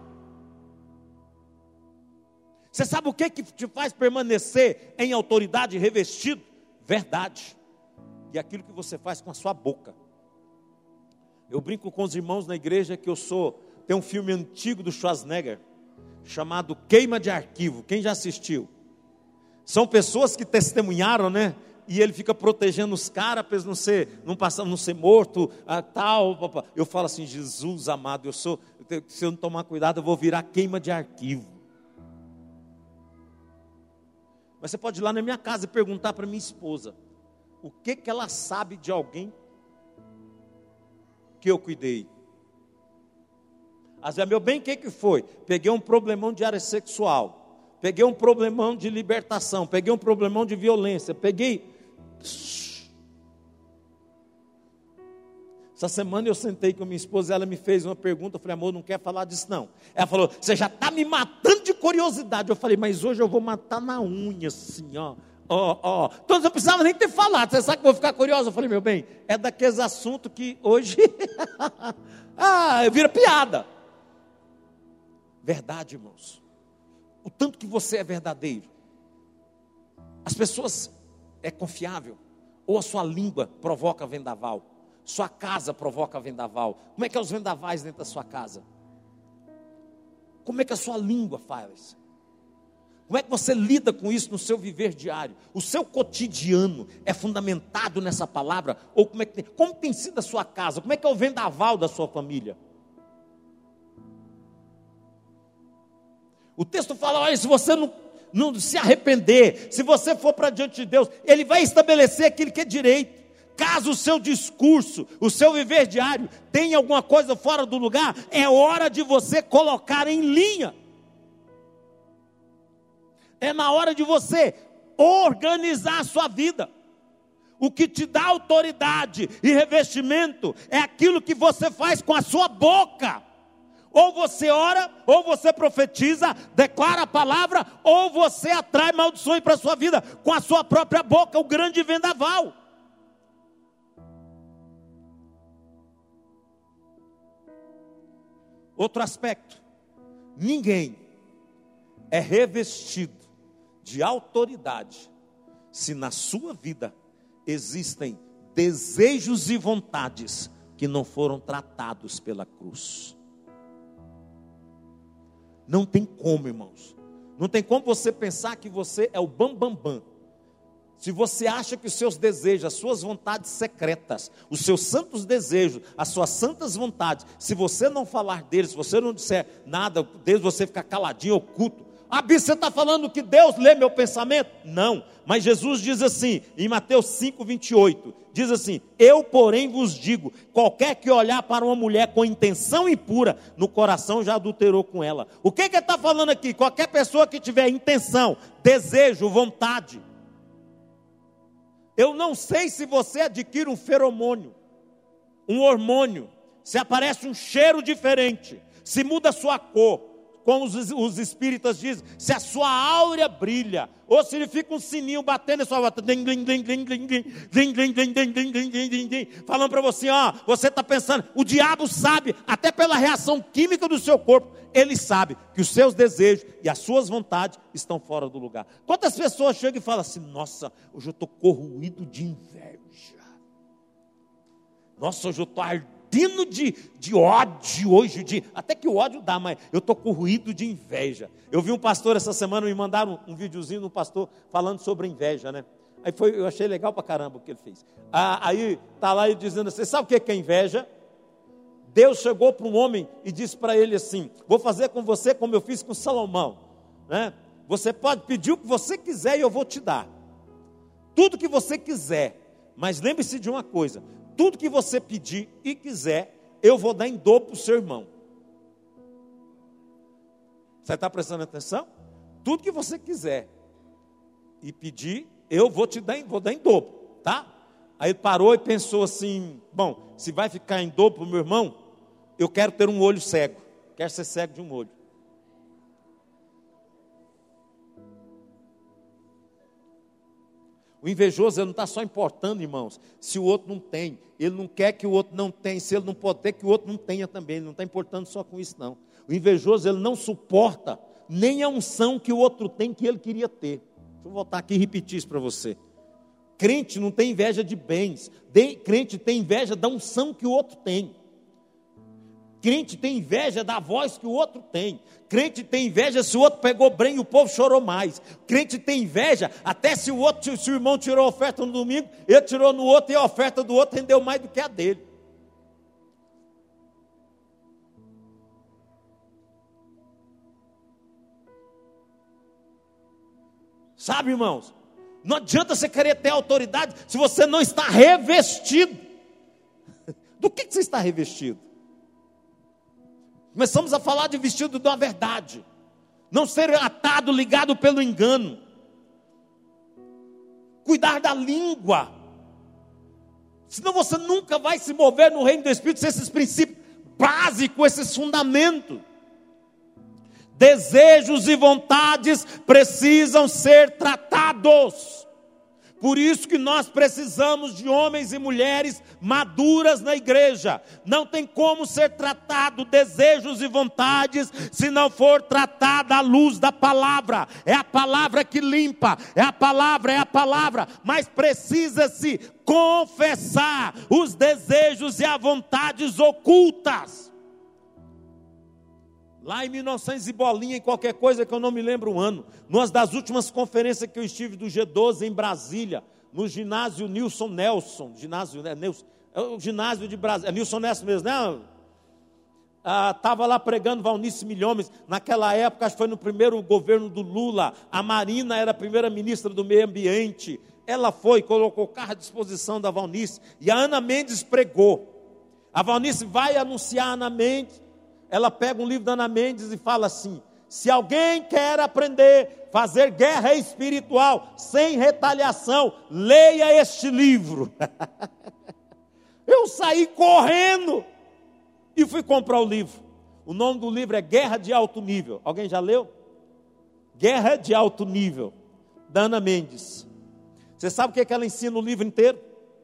Você sabe o que te faz permanecer em autoridade revestido? Verdade. E aquilo que você faz com a sua boca. Eu brinco com os irmãos na igreja que tem um filme antigo do Schwarzenegger, chamado Queima de Arquivo. Quem já assistiu? São pessoas que testemunharam, né? E ele fica protegendo os caras para eles não ser morto, tal. Eu falo assim, Jesus amado, se eu não tomar cuidado, eu vou virar queima de arquivo. Mas você pode ir lá na minha casa e perguntar para minha esposa, o que ela sabe de alguém que eu cuidei. Às vezes, meu bem, o que foi? Peguei um problemão de área sexual, peguei um problemão de libertação, peguei um problemão de violência, Essa semana eu sentei com minha esposa, ela me fez uma pergunta, eu falei, amor, não quer falar disso não. Ela falou, você já está me matando de curiosidade. Eu falei, mas hoje eu vou matar na unha, assim, ó. Então eu não precisava nem ter falado, você sabe que eu vou ficar curiosa? Eu falei, meu bem, é daqueles assuntos que hoje, vira piada. Verdade, irmãos. O tanto que você é verdadeiro. As pessoas, é confiável, ou a sua língua provoca vendaval. Sua casa provoca vendaval. Como é que é os vendavais dentro da sua casa? Como é que a sua língua faz? Como é que você lida com isso no seu viver diário? O seu cotidiano é fundamentado nessa palavra? Ou como tem sido a sua casa? Como é que é o vendaval da sua família? O texto fala, olha, se você não se arrepender, se você for para diante de Deus, Ele vai estabelecer aquilo que é direito. Caso o seu discurso, o seu viver diário tenha alguma coisa fora do lugar, é hora de você colocar em linha. É na hora de você organizar a sua vida. O que te dá autoridade e revestimento é aquilo que você faz com a sua boca. Ou você ora, ou você profetiza, declara a palavra, ou você atrai maldições para a sua vida com a sua própria boca, o grande vendaval. Outro aspecto, ninguém é revestido de autoridade se na sua vida existem desejos e vontades que não foram tratados pela cruz. Não tem como, irmãos. Não tem como você pensar que você é o bambambam. Se você acha que os seus desejos, as suas vontades secretas, os seus santos desejos, as suas santas vontades, se você não falar deles, se você não disser nada deles, você ficar caladinho, oculto. Bispo, você está falando que Deus lê meu pensamento? Não, mas Jesus diz assim, em Mateus 5:28, diz assim, eu porém vos digo, qualquer que olhar para uma mulher com intenção impura, no coração já adulterou com ela. O que ele está falando aqui? Qualquer pessoa que tiver intenção, desejo, vontade. Eu não sei se você adquire um feromônio, um hormônio, se aparece um cheiro diferente, se muda a sua cor, como os espíritas dizem, se a sua áurea brilha, ou se ele fica um sininho batendo em sua volta, falando para você, você está pensando, o diabo sabe, até pela reação química do seu corpo, ele sabe que os seus desejos e as suas vontades estão fora do lugar. Quantas pessoas chegam e falam assim, nossa, hoje eu estou corroído de inveja, nossa, hoje eu estou ardendo de ódio hoje, até que o ódio dá, mas eu estou corroído de inveja. Eu vi um pastor essa semana, me mandaram um videozinho do pastor falando sobre inveja, né? Aí eu achei legal pra caramba o que ele fez. Aí está lá ele dizendo assim, sabe o que é inveja? Deus chegou para um homem e disse para ele assim, vou fazer com você como eu fiz com Salomão, né? Você pode pedir o que você quiser e eu vou te dar. Tudo que você quiser, mas lembre-se de uma coisa, tudo que você pedir e quiser, eu vou dar em dobro para o seu irmão. Você está prestando atenção? Tudo que você quiser e pedir, eu vou dar em dobro, tá? Aí ele parou e pensou assim, bom, se vai ficar em dobro para o meu irmão, eu quero ter um olho cego, quero ser cego de um olho. O invejoso, ele não está só importando, irmãos, se o outro não tem. Ele não quer que o outro não tenha. Se ele não pode ter, que o outro não tenha também. Ele não está importando só com isso, não. O invejoso, ele não suporta nem a unção que o outro tem que ele queria ter. Deixa eu voltar aqui e repetir isso para você. Crente não tem inveja de bens. Crente tem inveja da unção que o outro tem. Crente tem inveja da voz que o outro tem. Crente tem inveja se o outro pegou bem e o povo chorou mais. Crente tem inveja até se o irmão tirou a oferta no domingo, ele tirou no outro e a oferta do outro rendeu mais do que a dele. Sabe, irmãos? Não adianta você querer ter autoridade se você não está revestido. Do que você está revestido? Começamos a falar de vestido da verdade. Não ser atado, ligado pelo engano. Cuidar da língua. Senão você nunca vai se mover no reino do Espírito sem esses princípios básicos, esses fundamentos. Desejos e vontades precisam ser tratados. Por isso que nós precisamos de homens e mulheres maduras na igreja. Não tem como ser tratado desejos e vontades se não for tratada à luz da palavra. É a palavra que limpa, é a palavra. Mas precisa-se confessar os desejos e as vontades ocultas. Lá em 1900 e bolinha, em qualquer coisa que eu não me lembro o ano, numa das últimas conferências que eu estive do G12 em Brasília, no ginásio Nilson Nelson, o ginásio de Brasília, é Nilson Nelson mesmo, né? Estava lá pregando Valnice Milhomes, naquela época, acho que foi no primeiro governo do Lula, a Marina era a primeira ministra do meio ambiente, ela foi, colocou o carro à disposição da Valnice, e a Ana Mendes pregou. A Valnice vai anunciar a Ana Mendes, ela pega um livro da Ana Mendes e fala assim: se alguém quer aprender a fazer guerra espiritual sem retaliação, leia este livro. Eu saí correndo e fui comprar o livro. O nome do livro é Guerra de Alto Nível. Alguém já leu? Guerra de Alto Nível, da Ana Mendes. Você sabe o que ela ensina no livro inteiro?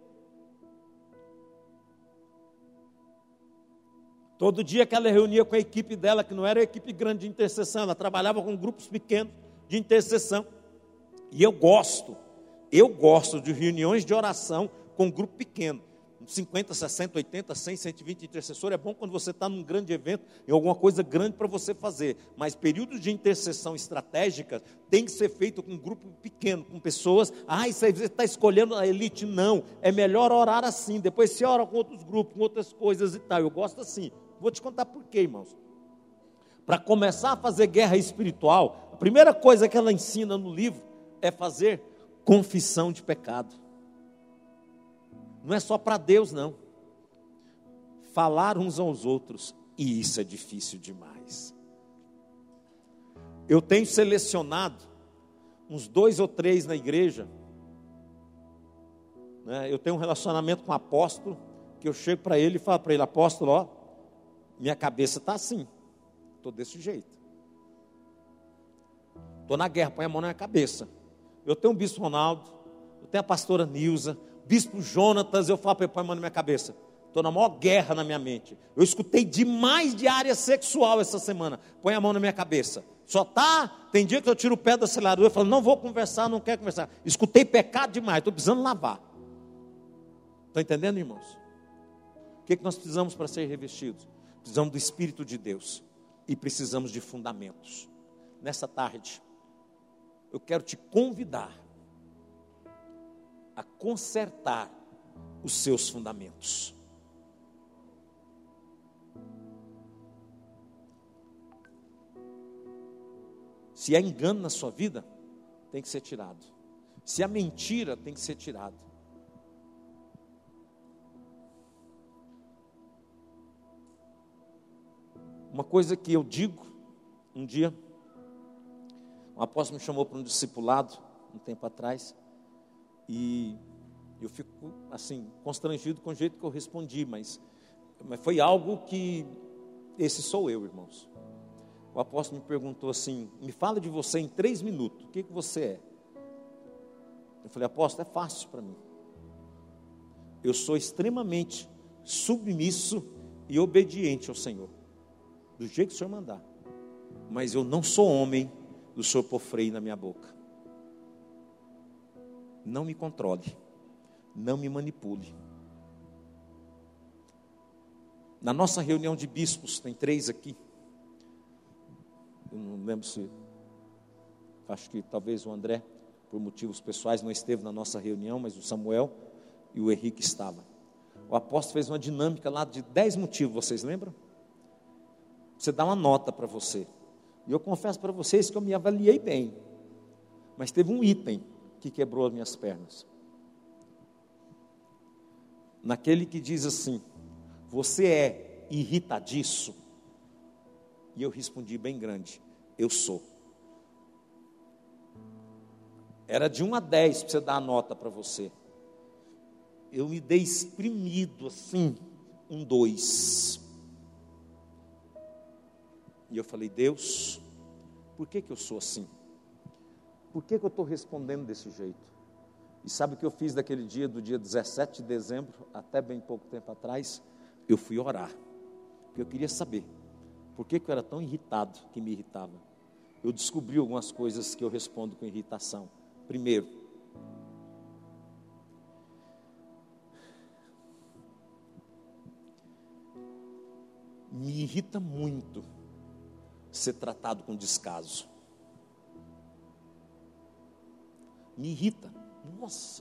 Todo dia que ela reunia com a equipe dela, que não era equipe grande de intercessão, ela trabalhava com grupos pequenos de intercessão. E eu gosto de reuniões de oração com grupo pequeno. 50, 60, 80, 100, 120 intercessores. É bom quando você está num grande evento, em alguma coisa grande para você fazer. Mas períodos de intercessão estratégica tem que ser feito com um grupo pequeno, com pessoas. Isso aí você está escolhendo a elite. Não, é melhor orar assim. Depois você ora com outros grupos, com outras coisas e tal. Eu gosto assim. Vou te contar por quê, irmãos. Para começar a fazer guerra espiritual, a primeira coisa que ela ensina no livro é fazer confissão de pecado. Não é só para Deus, não. Falar uns aos outros, e isso é difícil demais. Eu tenho selecionado uns 2 ou 3 na igreja, né? Eu tenho um relacionamento com o apóstolo, que eu chego para ele e falo para ele: apóstolo, ó, minha cabeça está assim, estou desse jeito, estou na guerra, põe a mão na minha cabeça. Eu tenho o bispo Ronaldo, eu tenho a pastora Nilza, bispo Jonatas, eu falo para ele: põe a mão na minha cabeça, estou na maior guerra na minha mente. Eu escutei demais de área sexual essa semana, põe a mão na minha cabeça. Tem dia que eu tiro o pé do acelerador e falo: não vou conversar, não quero conversar. Escutei pecado demais, estou precisando lavar. Estão entendendo, irmãos? O que nós precisamos para ser revestidos? Precisamos do Espírito de Deus e precisamos de fundamentos. Nessa tarde, eu quero te convidar a consertar os seus fundamentos. Se há engano na sua vida, tem que ser tirado. Se há mentira, tem que ser tirado. Uma coisa que eu digo, um dia, um apóstolo me chamou para um discipulado, um tempo atrás, e eu fico assim, constrangido com o jeito que eu respondi, mas foi algo que, esse sou eu, irmãos. O apóstolo me perguntou assim: me fala de você em 3 minutos, o que você é? Eu falei: apóstolo, é fácil para mim. Eu sou extremamente submisso e obediente ao Senhor, do jeito que o Senhor mandar. Mas eu não sou homem do Senhor pôr freio na minha boca. Não me controle, não me manipule. Na nossa reunião de bispos, tem 3 aqui. Eu não lembro se, acho que talvez o André, por motivos pessoais, não esteve na nossa reunião, mas o Samuel e o Henrique estavam. O apóstolo fez uma dinâmica lá de 10 motivos, vocês lembram? Você dá uma nota para você. E eu confesso para vocês que eu me avaliei bem. Mas teve um item que quebrou as minhas pernas. Naquele que diz assim: você é irritadiço? E eu respondi bem grande: eu sou. Era de 1 a 10 para você dar a nota para você. Eu me dei exprimido assim, 2. E eu falei: Deus, por que eu sou assim? Por que eu estou respondendo desse jeito? E sabe o que eu fiz daquele dia, do dia 17 de dezembro, até bem pouco tempo atrás? Eu fui orar, porque eu queria saber, por que eu era tão irritado, que me irritava. Eu descobri algumas coisas que eu respondo com irritação. Primeiro, me irrita muito ser tratado com descaso. Me irrita, nossa,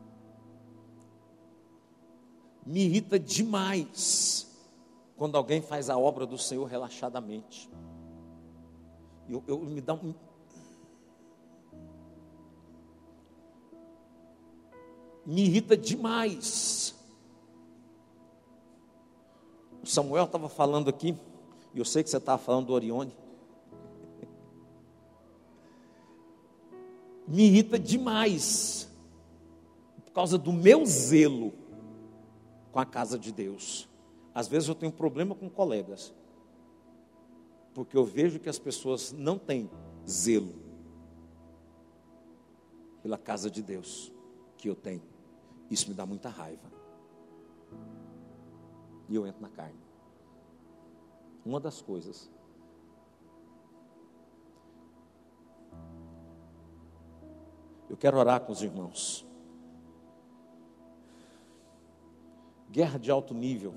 me irrita demais quando alguém faz a obra do Senhor relaxadamente. Me dá me irrita demais. O Samuel estava falando aqui, e eu sei que você estava falando do Orione. Me irrita demais, por causa do meu zelo com a casa de Deus. Às vezes eu tenho problema com colegas, porque eu vejo que as pessoas não têm zelo pela casa de Deus que eu tenho. Isso me dá muita raiva. E eu entro na carne. Uma das coisas. Eu quero orar com os irmãos. Guerra de alto nível.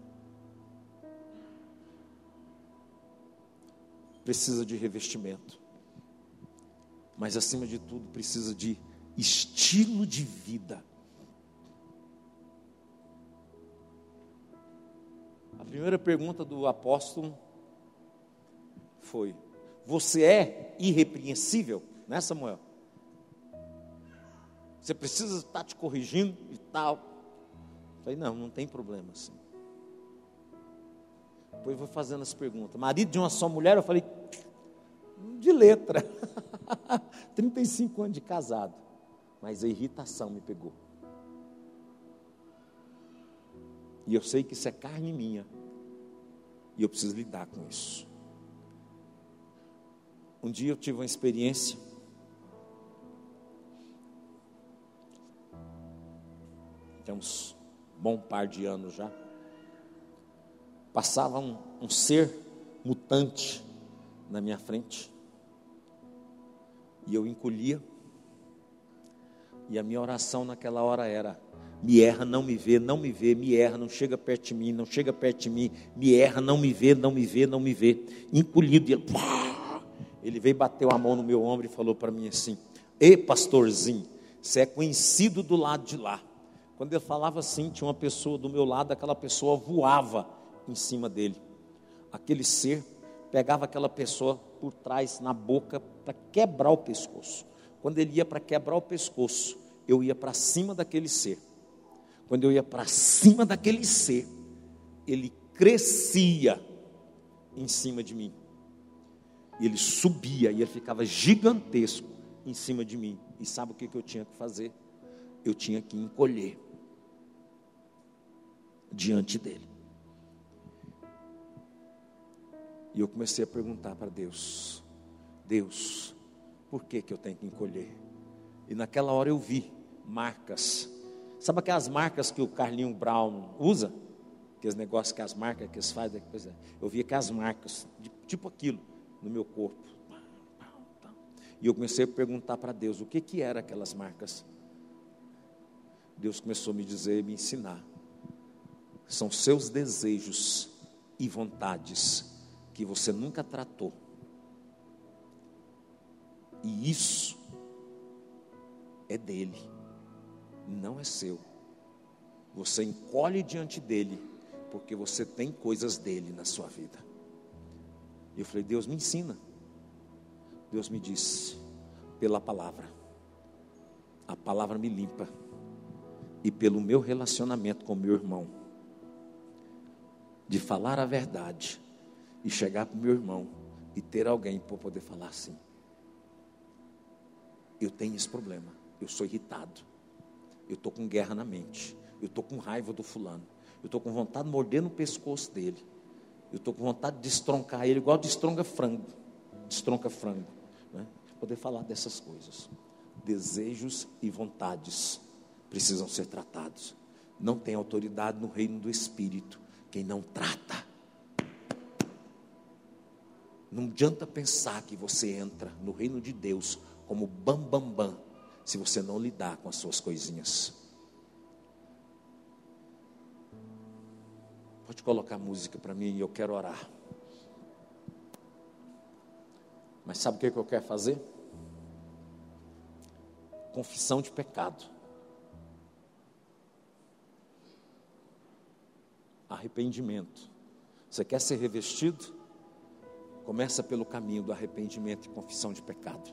Precisa de revestimento. Mas acima de tudo precisa de estilo de vida. A primeira pergunta do apóstolo foi: você é irrepreensível, né, Samuel? Você precisa estar te corrigindo e tal. Eu falei: não tem problema assim. Depois eu vou fazendo as perguntas. Marido de uma só mulher? Eu falei: de letra. 35 anos de casado. Mas a irritação me pegou. E eu sei que isso é carne minha. E eu preciso lidar com isso. Um dia eu tive uma experiência. Tem uns bom par de anos já. Passava um ser mutante na minha frente. E eu encolhia. E a minha oração naquela hora era: me erra, não me vê, não me vê, me erra, não chega perto de mim, não chega perto de mim, me erra, não me vê, não me vê, não me vê. Encolhido, e ele veio, bateu a mão no meu ombro e falou para mim assim: ei, pastorzinho, você é conhecido do lado de lá. Quando ele falava assim, tinha uma pessoa do meu lado, aquela pessoa voava em cima dele. Aquele ser pegava aquela pessoa por trás, na boca, para quebrar o pescoço. Quando ele ia para quebrar o pescoço, eu ia para cima daquele ser. Quando eu ia para cima daquele ser, ele crescia em cima de mim. E ele subia, e ele ficava gigantesco em cima de mim. E sabe o que eu tinha que fazer? Eu tinha que encolher diante dele. E eu comecei a perguntar para Deus: Deus, por que eu tenho que encolher? E naquela hora eu vi marcas. Sabe aquelas marcas que o Carlinho Brown usa? Aqueles negócios, que as marcas que eles fazem. Eu vi aquelas marcas, tipo aquilo, no meu corpo. E eu comecei a perguntar para Deus, o que eram aquelas marcas? Deus começou a me dizer, me ensinar. São seus desejos e vontades que você nunca tratou. E isso é dele, não é seu. Você encolhe diante dele, porque você tem coisas dele na sua vida. E eu falei: Deus, me ensina. Deus me disse: pela palavra. A palavra me limpa. E pelo meu relacionamento com meu irmão, de falar a verdade e chegar para o meu irmão e ter alguém para poder falar assim: eu tenho esse problema, eu sou irritado, eu estou com guerra na mente, eu estou com raiva do fulano, eu estou com vontade de morder no pescoço dele, eu estou com vontade de destroncar ele igual destronca frango, né? Poder falar dessas coisas. Desejos e vontades precisam ser tratados. Não tem autoridade no reino do Espírito quem não trata. Não adianta pensar que você entra no reino de Deus como bam, se você não lidar com as suas coisinhas. Pode colocar música para mim, eu quero orar. Mas sabe o que eu quero fazer? Confissão de pecado. Arrependimento. Você quer ser revestido? Começa pelo caminho do arrependimento e confissão de pecado.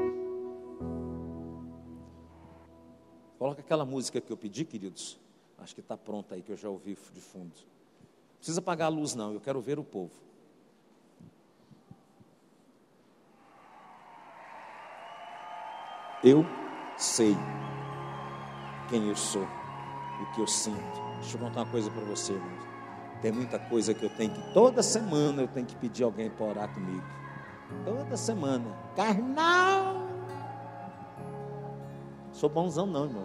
Coloca aquela música que eu pedi, queridos. Acho que está pronta aí, que eu já ouvi de fundo. Não precisa apagar a luz não, eu quero ver o povo. Eu sei quem eu sou, o que eu sinto. Deixa eu contar uma coisa para você, irmão. Tem muita coisa que eu tenho que, toda semana eu tenho que pedir alguém para orar comigo. Toda semana. Carnal. Sou bonzão não, irmãos.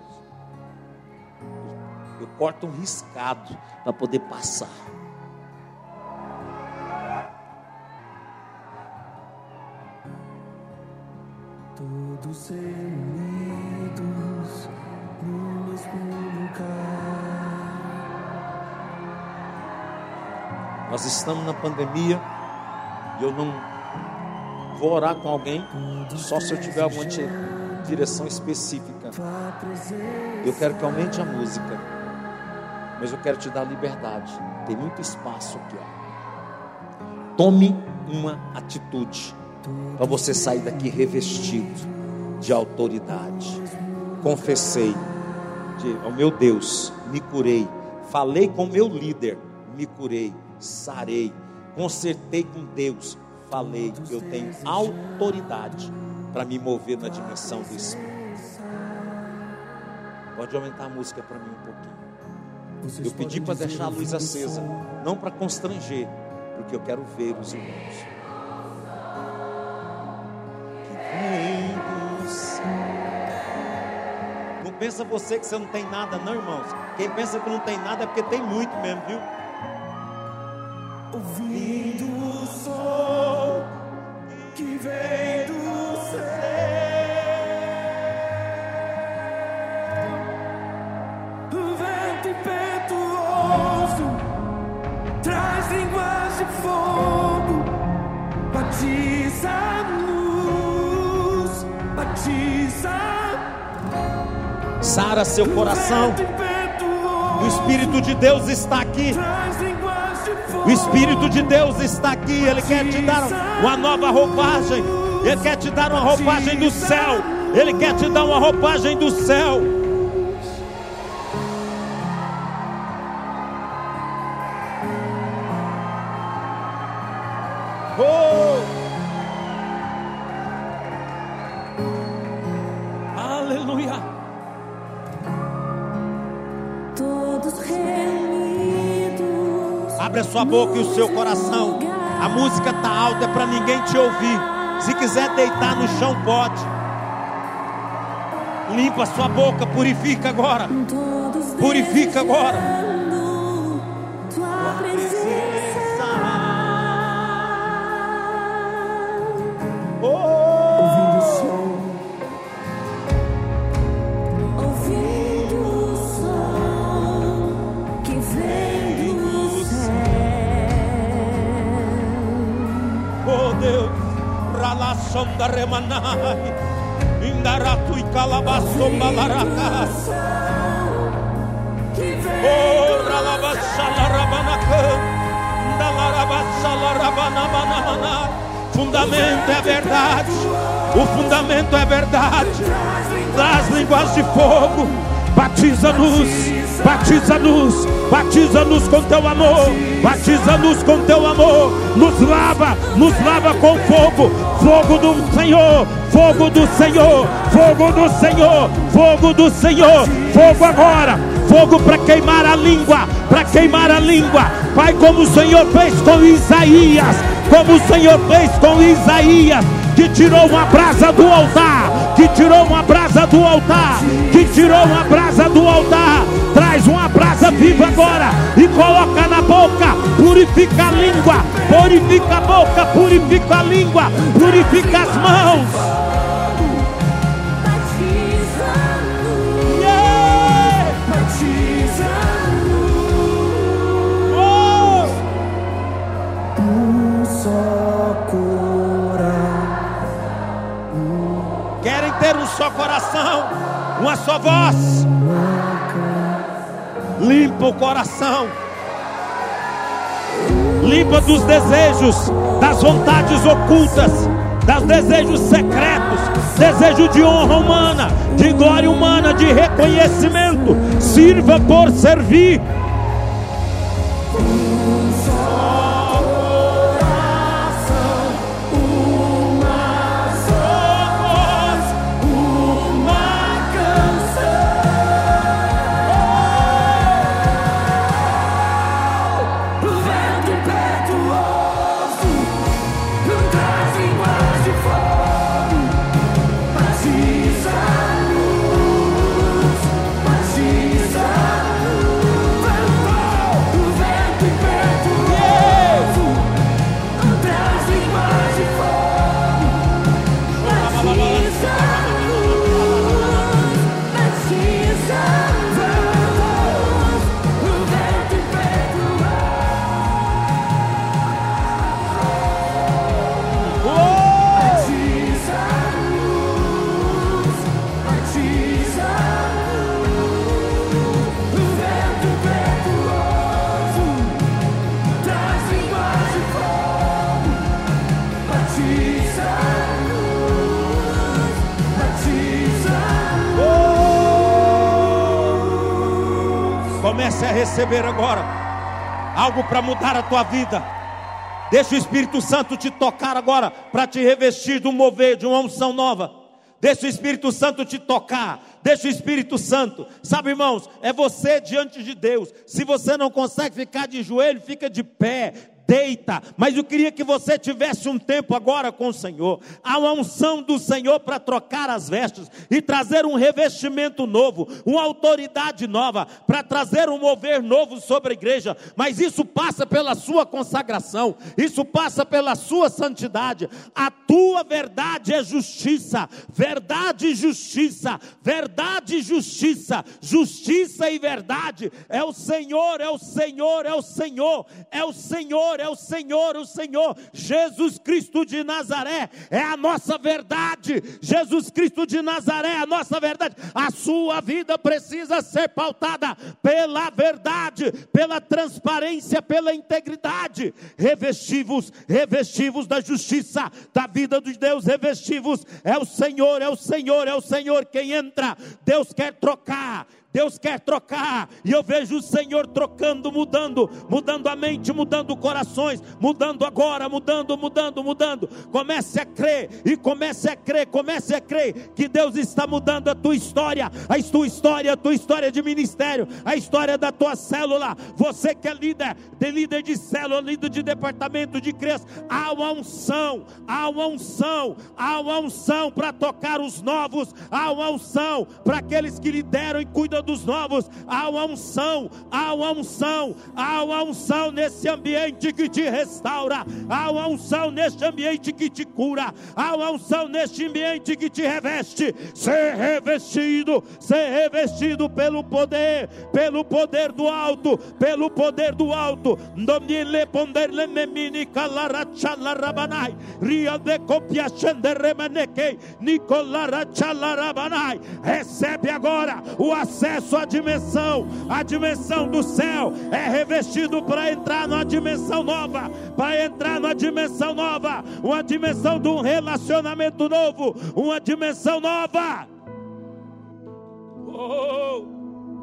Eu corto um riscado para poder passar. Todos reunidos no mesmo lugar. Nós estamos na pandemia e eu não vou orar com alguém só se eu tiver alguma direção específica. Eu quero que aumente a música, mas eu quero te dar liberdade. Tem muito espaço aqui, ó. Tome uma atitude para você sair daqui revestido de autoridade. Confessei, oh meu Deus, me curei. Falei com meu líder, me curei, sarei. Consertei com Deus, falei. Eu tenho autoridade para me mover na dimensão do Espírito. Pode aumentar a música para mim um pouquinho. Eu pedi para deixar a luz acesa, não para constranger, porque eu quero ver os irmãos. Não pensa você que você não tem nada, não, irmãos. Quem pensa que não tem nada é porque tem muito mesmo, viu? Ouvindo o som que vem do céu, o vento impetuoso traz línguas de fogo, batiza-nos, batiza. Sara seu coração. O Espírito de Deus está aqui. O Espírito de Deus está aqui. Ele quer te dar uma nova roupagem. Ele quer te dar uma roupagem do céu. Ele quer te dar uma roupagem do céu. Oh! Aleluia! Abre a sua boca e o seu coração. A música está alta, é para ninguém te ouvir. Se quiser deitar no chão, pode. Limpa a sua boca, purifica agora. Purifica agora. Tua presença. Ouvindo o som. Ouvindo o som que vem do céu. Ralaçonda remanai, indaratu e calabaçomba laracá. Oh, ralabaçala rabanacã, indalarabaçala rabanabanamanai. Fundamento é verdade, o fundamento é verdade. Das línguas de fogo, batiza-nos, batiza-nos, batiza-nos com teu amor, batiza-nos com teu amor, nos lava com fogo, fogo do Senhor, fogo do Senhor, fogo do Senhor, fogo do Senhor, fogo agora, fogo para queimar a língua, para queimar a língua, Pai, como o Senhor fez com Isaías, como o Senhor fez com Isaías, que tirou uma brasa do altar, que tirou uma brasa do altar, que tirou uma brasa do altar. Traz uma brasa viva agora e coloca na boca, purifica a língua, purifica a boca, purifica a língua, purifica as mãos. Querem ter um só coração, uma só voz. Limpa o coração, limpa dos desejos, das vontades ocultas, dos desejos secretos, desejo de honra humana, de glória humana, de reconhecimento. Sirva por servir. Comece a receber agora algo para mudar a tua vida. Deixa o Espírito Santo te tocar agora para te revestir de um mover, de uma unção nova. Deixa o Espírito Santo te tocar. Deixa o Espírito Santo. Sabe, irmãos, é você diante de Deus. Se você não consegue ficar de joelho, fica de pé. Deita, mas eu queria que você tivesse um tempo agora com o Senhor. Há uma unção do Senhor para trocar as vestes e trazer um revestimento novo, uma autoridade nova, para trazer um mover novo sobre a igreja. Mas isso passa pela sua consagração, isso passa pela sua santidade. A tua verdade é justiça, verdade e justiça, verdade e justiça, justiça e verdade. É o Senhor, é o Senhor, é o Senhor, é o Senhor. É o Senhor, o Senhor, Jesus Cristo de Nazaré, é a nossa verdade. Jesus Cristo de Nazaré é a nossa verdade. A sua vida precisa ser pautada pela verdade, pela transparência, pela integridade. Revestivos da justiça, da vida de Deus, revestivos. É o Senhor, é o Senhor, é o Senhor quem entra. Deus quer trocar. Deus quer trocar, e eu vejo o Senhor trocando, mudando a mente, mudando corações, mudando agora, mudando. Comece a crer, e comece a crer que Deus está mudando a tua história, a tua história de ministério, a história da tua célula. Você que é líder de célula, líder de departamento de criança, há uma unção para tocar os novos, há uma unção para aqueles que lideram e cuidam todos novos. Há uma unção, há uma unção, há uma unção nesse ambiente que te restaura, há uma unção neste ambiente que te cura, há uma unção neste ambiente que te reveste. Ser revestido pelo poder do alto, pelo poder do alto. Recebe agora o acesso à dimensão do céu. É revestido para entrar numa dimensão nova, uma dimensão de um relacionamento novo, uma dimensão nova. Oh!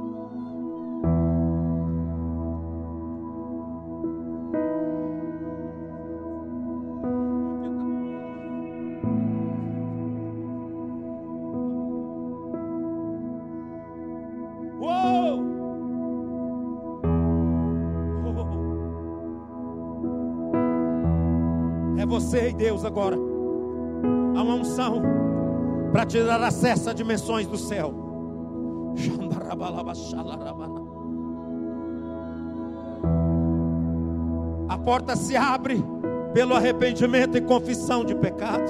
É você e Deus agora. Há uma unção para te dar acesso a dimensões do céu. A porta se abre pelo arrependimento e confissão de pecado.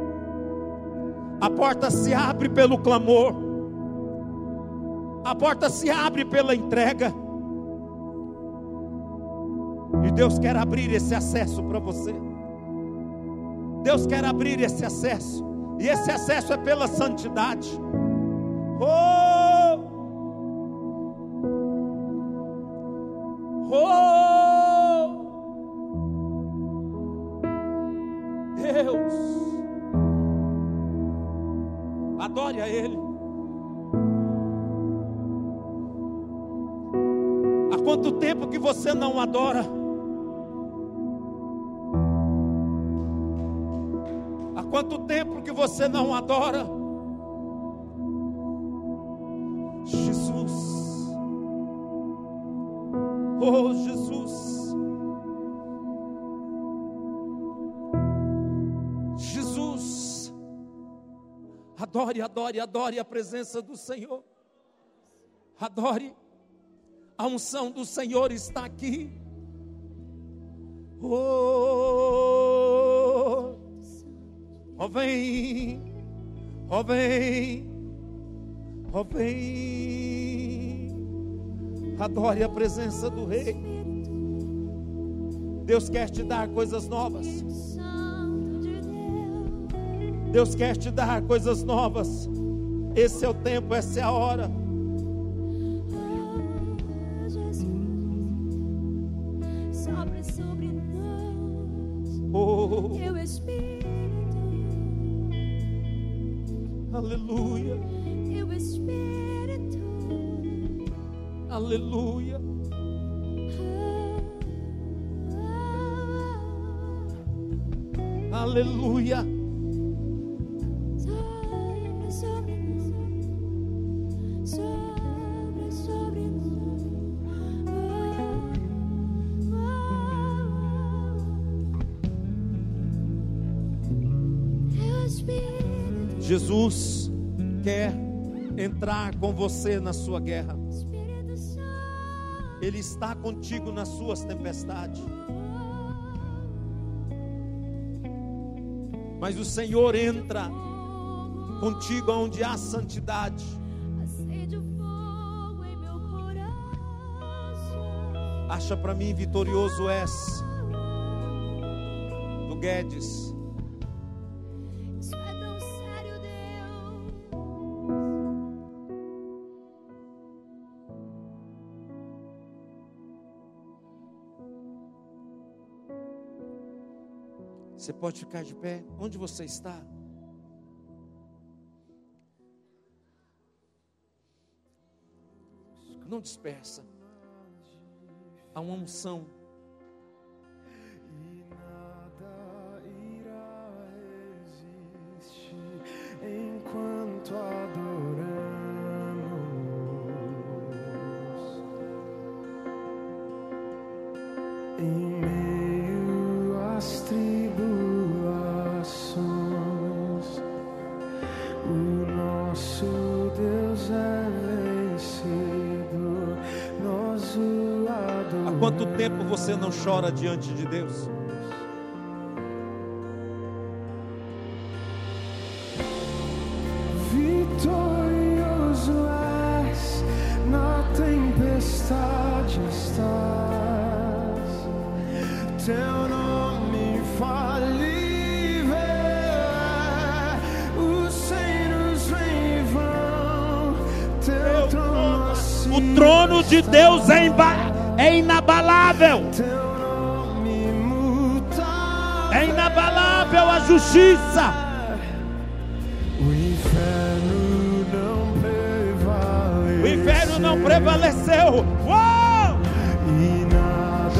A porta se abre pelo clamor. A porta se abre pela entrega. E Deus quer abrir esse acesso para você. Deus quer abrir esse acesso. E esse acesso é pela santidade. Oh! Oh! Deus! Adore a Ele. Há quanto tempo que você não adora? Quanto tempo que você não adora? Jesus. Oh, Jesus. Jesus. Adore a presença do Senhor. Adore. A unção do Senhor está aqui. Oh, oh vem, oh vem, oh vem. Adore a presença do Rei. Deus quer te dar coisas novas. Deus quer te dar coisas novas. Esse é o tempo, essa é a hora. Sobre nós, Oh, teu Espírito, aleluia, teu Espírito, aleluia. Aleluia. sobre nós, teu Espírito, Jesus quer entrar com você na sua guerra. Espírito Santo, Ele está contigo nas suas tempestades. Mas o Senhor entra contigo onde há santidade. acende o fogo em meu coração. Acha para mim vitorioso és do Guedes. Isso é tão sério, Deus. Você pode ficar de pé onde você está. Não dispersa. Há uma unção. E nada irá resistir enquanto adoramos. Em meio às tribulações, o nosso Deus é vencedor. Quanto tempo você não chora diante de Deus? Vitorioso és, na tempestade estás, teu nome infalível é, os reinos vêm e vão, teu trono acima. O trono de Deus é inabalável. Teu nome imutável, É inabalável a justiça. o inferno não prevaleceu. O inferno não prevaleceu. Uou! E nada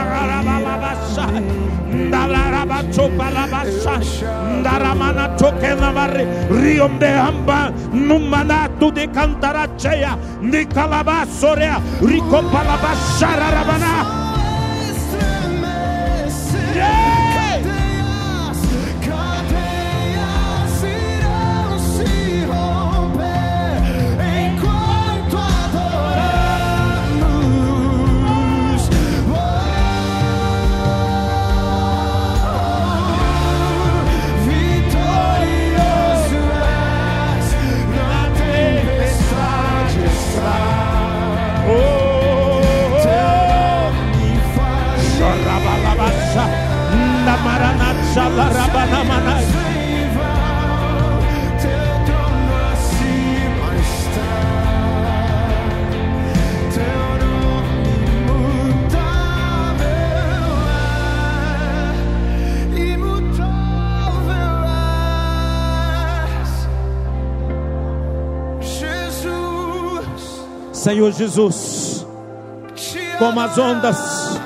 Numanato de Cantaracheia, Nicalabassorea, Ricopalabasharabana. cadeias irão se romper enquanto adoramos. Vitorioso és, na tempestade estás. Teu trono acima está, teu nome imutável és, Jesus. Senhor Jesus, como as ondas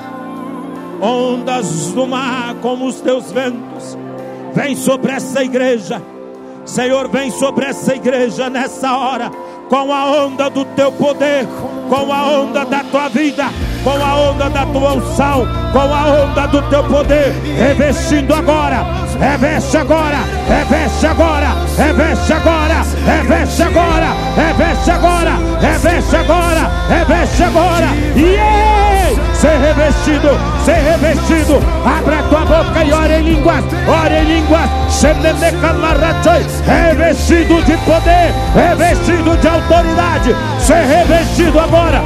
do mar, como os teus ventos, vem sobre essa igreja. Senhor, vem sobre essa igreja nessa hora, com a onda do teu poder, com a onda da tua vida, com a onda da tua unção, com a onda do teu poder, revestindo agora, reveste agora, reveste agora, reveste agora, reveste agora, reveste agora, reveste agora, reveste agora, ser revestido, ser revestido. Abre a tua boca e ore em línguas, ore em línguas. Revestido de poder, revestido de autoridade, ser revestido agora.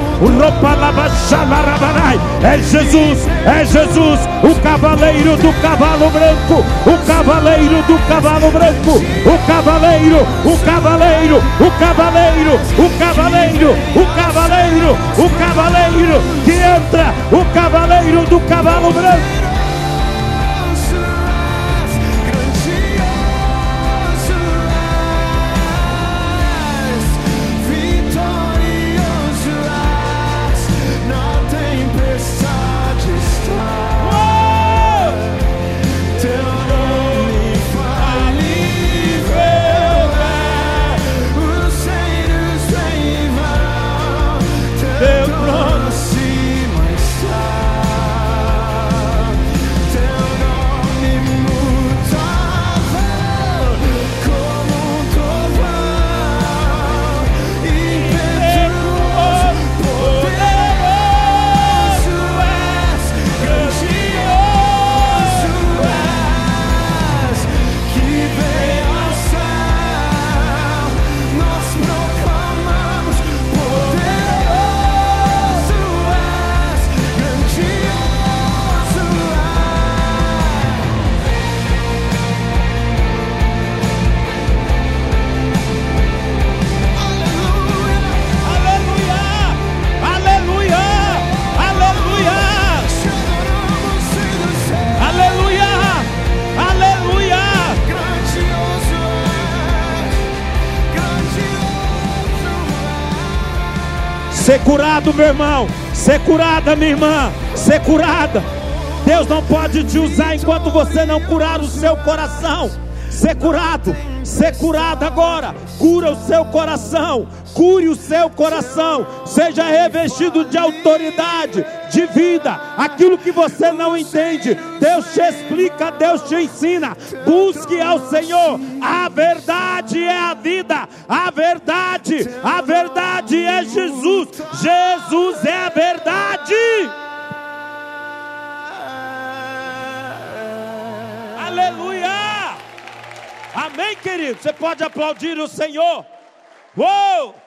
É Jesus, o cavaleiro do cavalo branco, o cavaleiro do cavalo branco, o cavaleiro, o cavaleiro, o cavaleiro, o cavaleiro, o cavaleiro, o cavaleiro que entra, o cavaleiro do cavalo branco. Ser curado, meu irmão. Ser curada, minha irmã. Ser curada. Deus não pode te usar enquanto você não curar o seu coração. Ser curado. Ser curado agora. Cura o seu coração. Cure o seu coração. Seja revestido de autoridade, de vida. Aquilo que você não entende, Deus te explica, Deus te ensina. Busque ao Senhor. A verdade é a vida. A verdade é Jesus. Jesus é a verdade. Aleluia! Amém, querido? Você pode aplaudir o Senhor? Uou!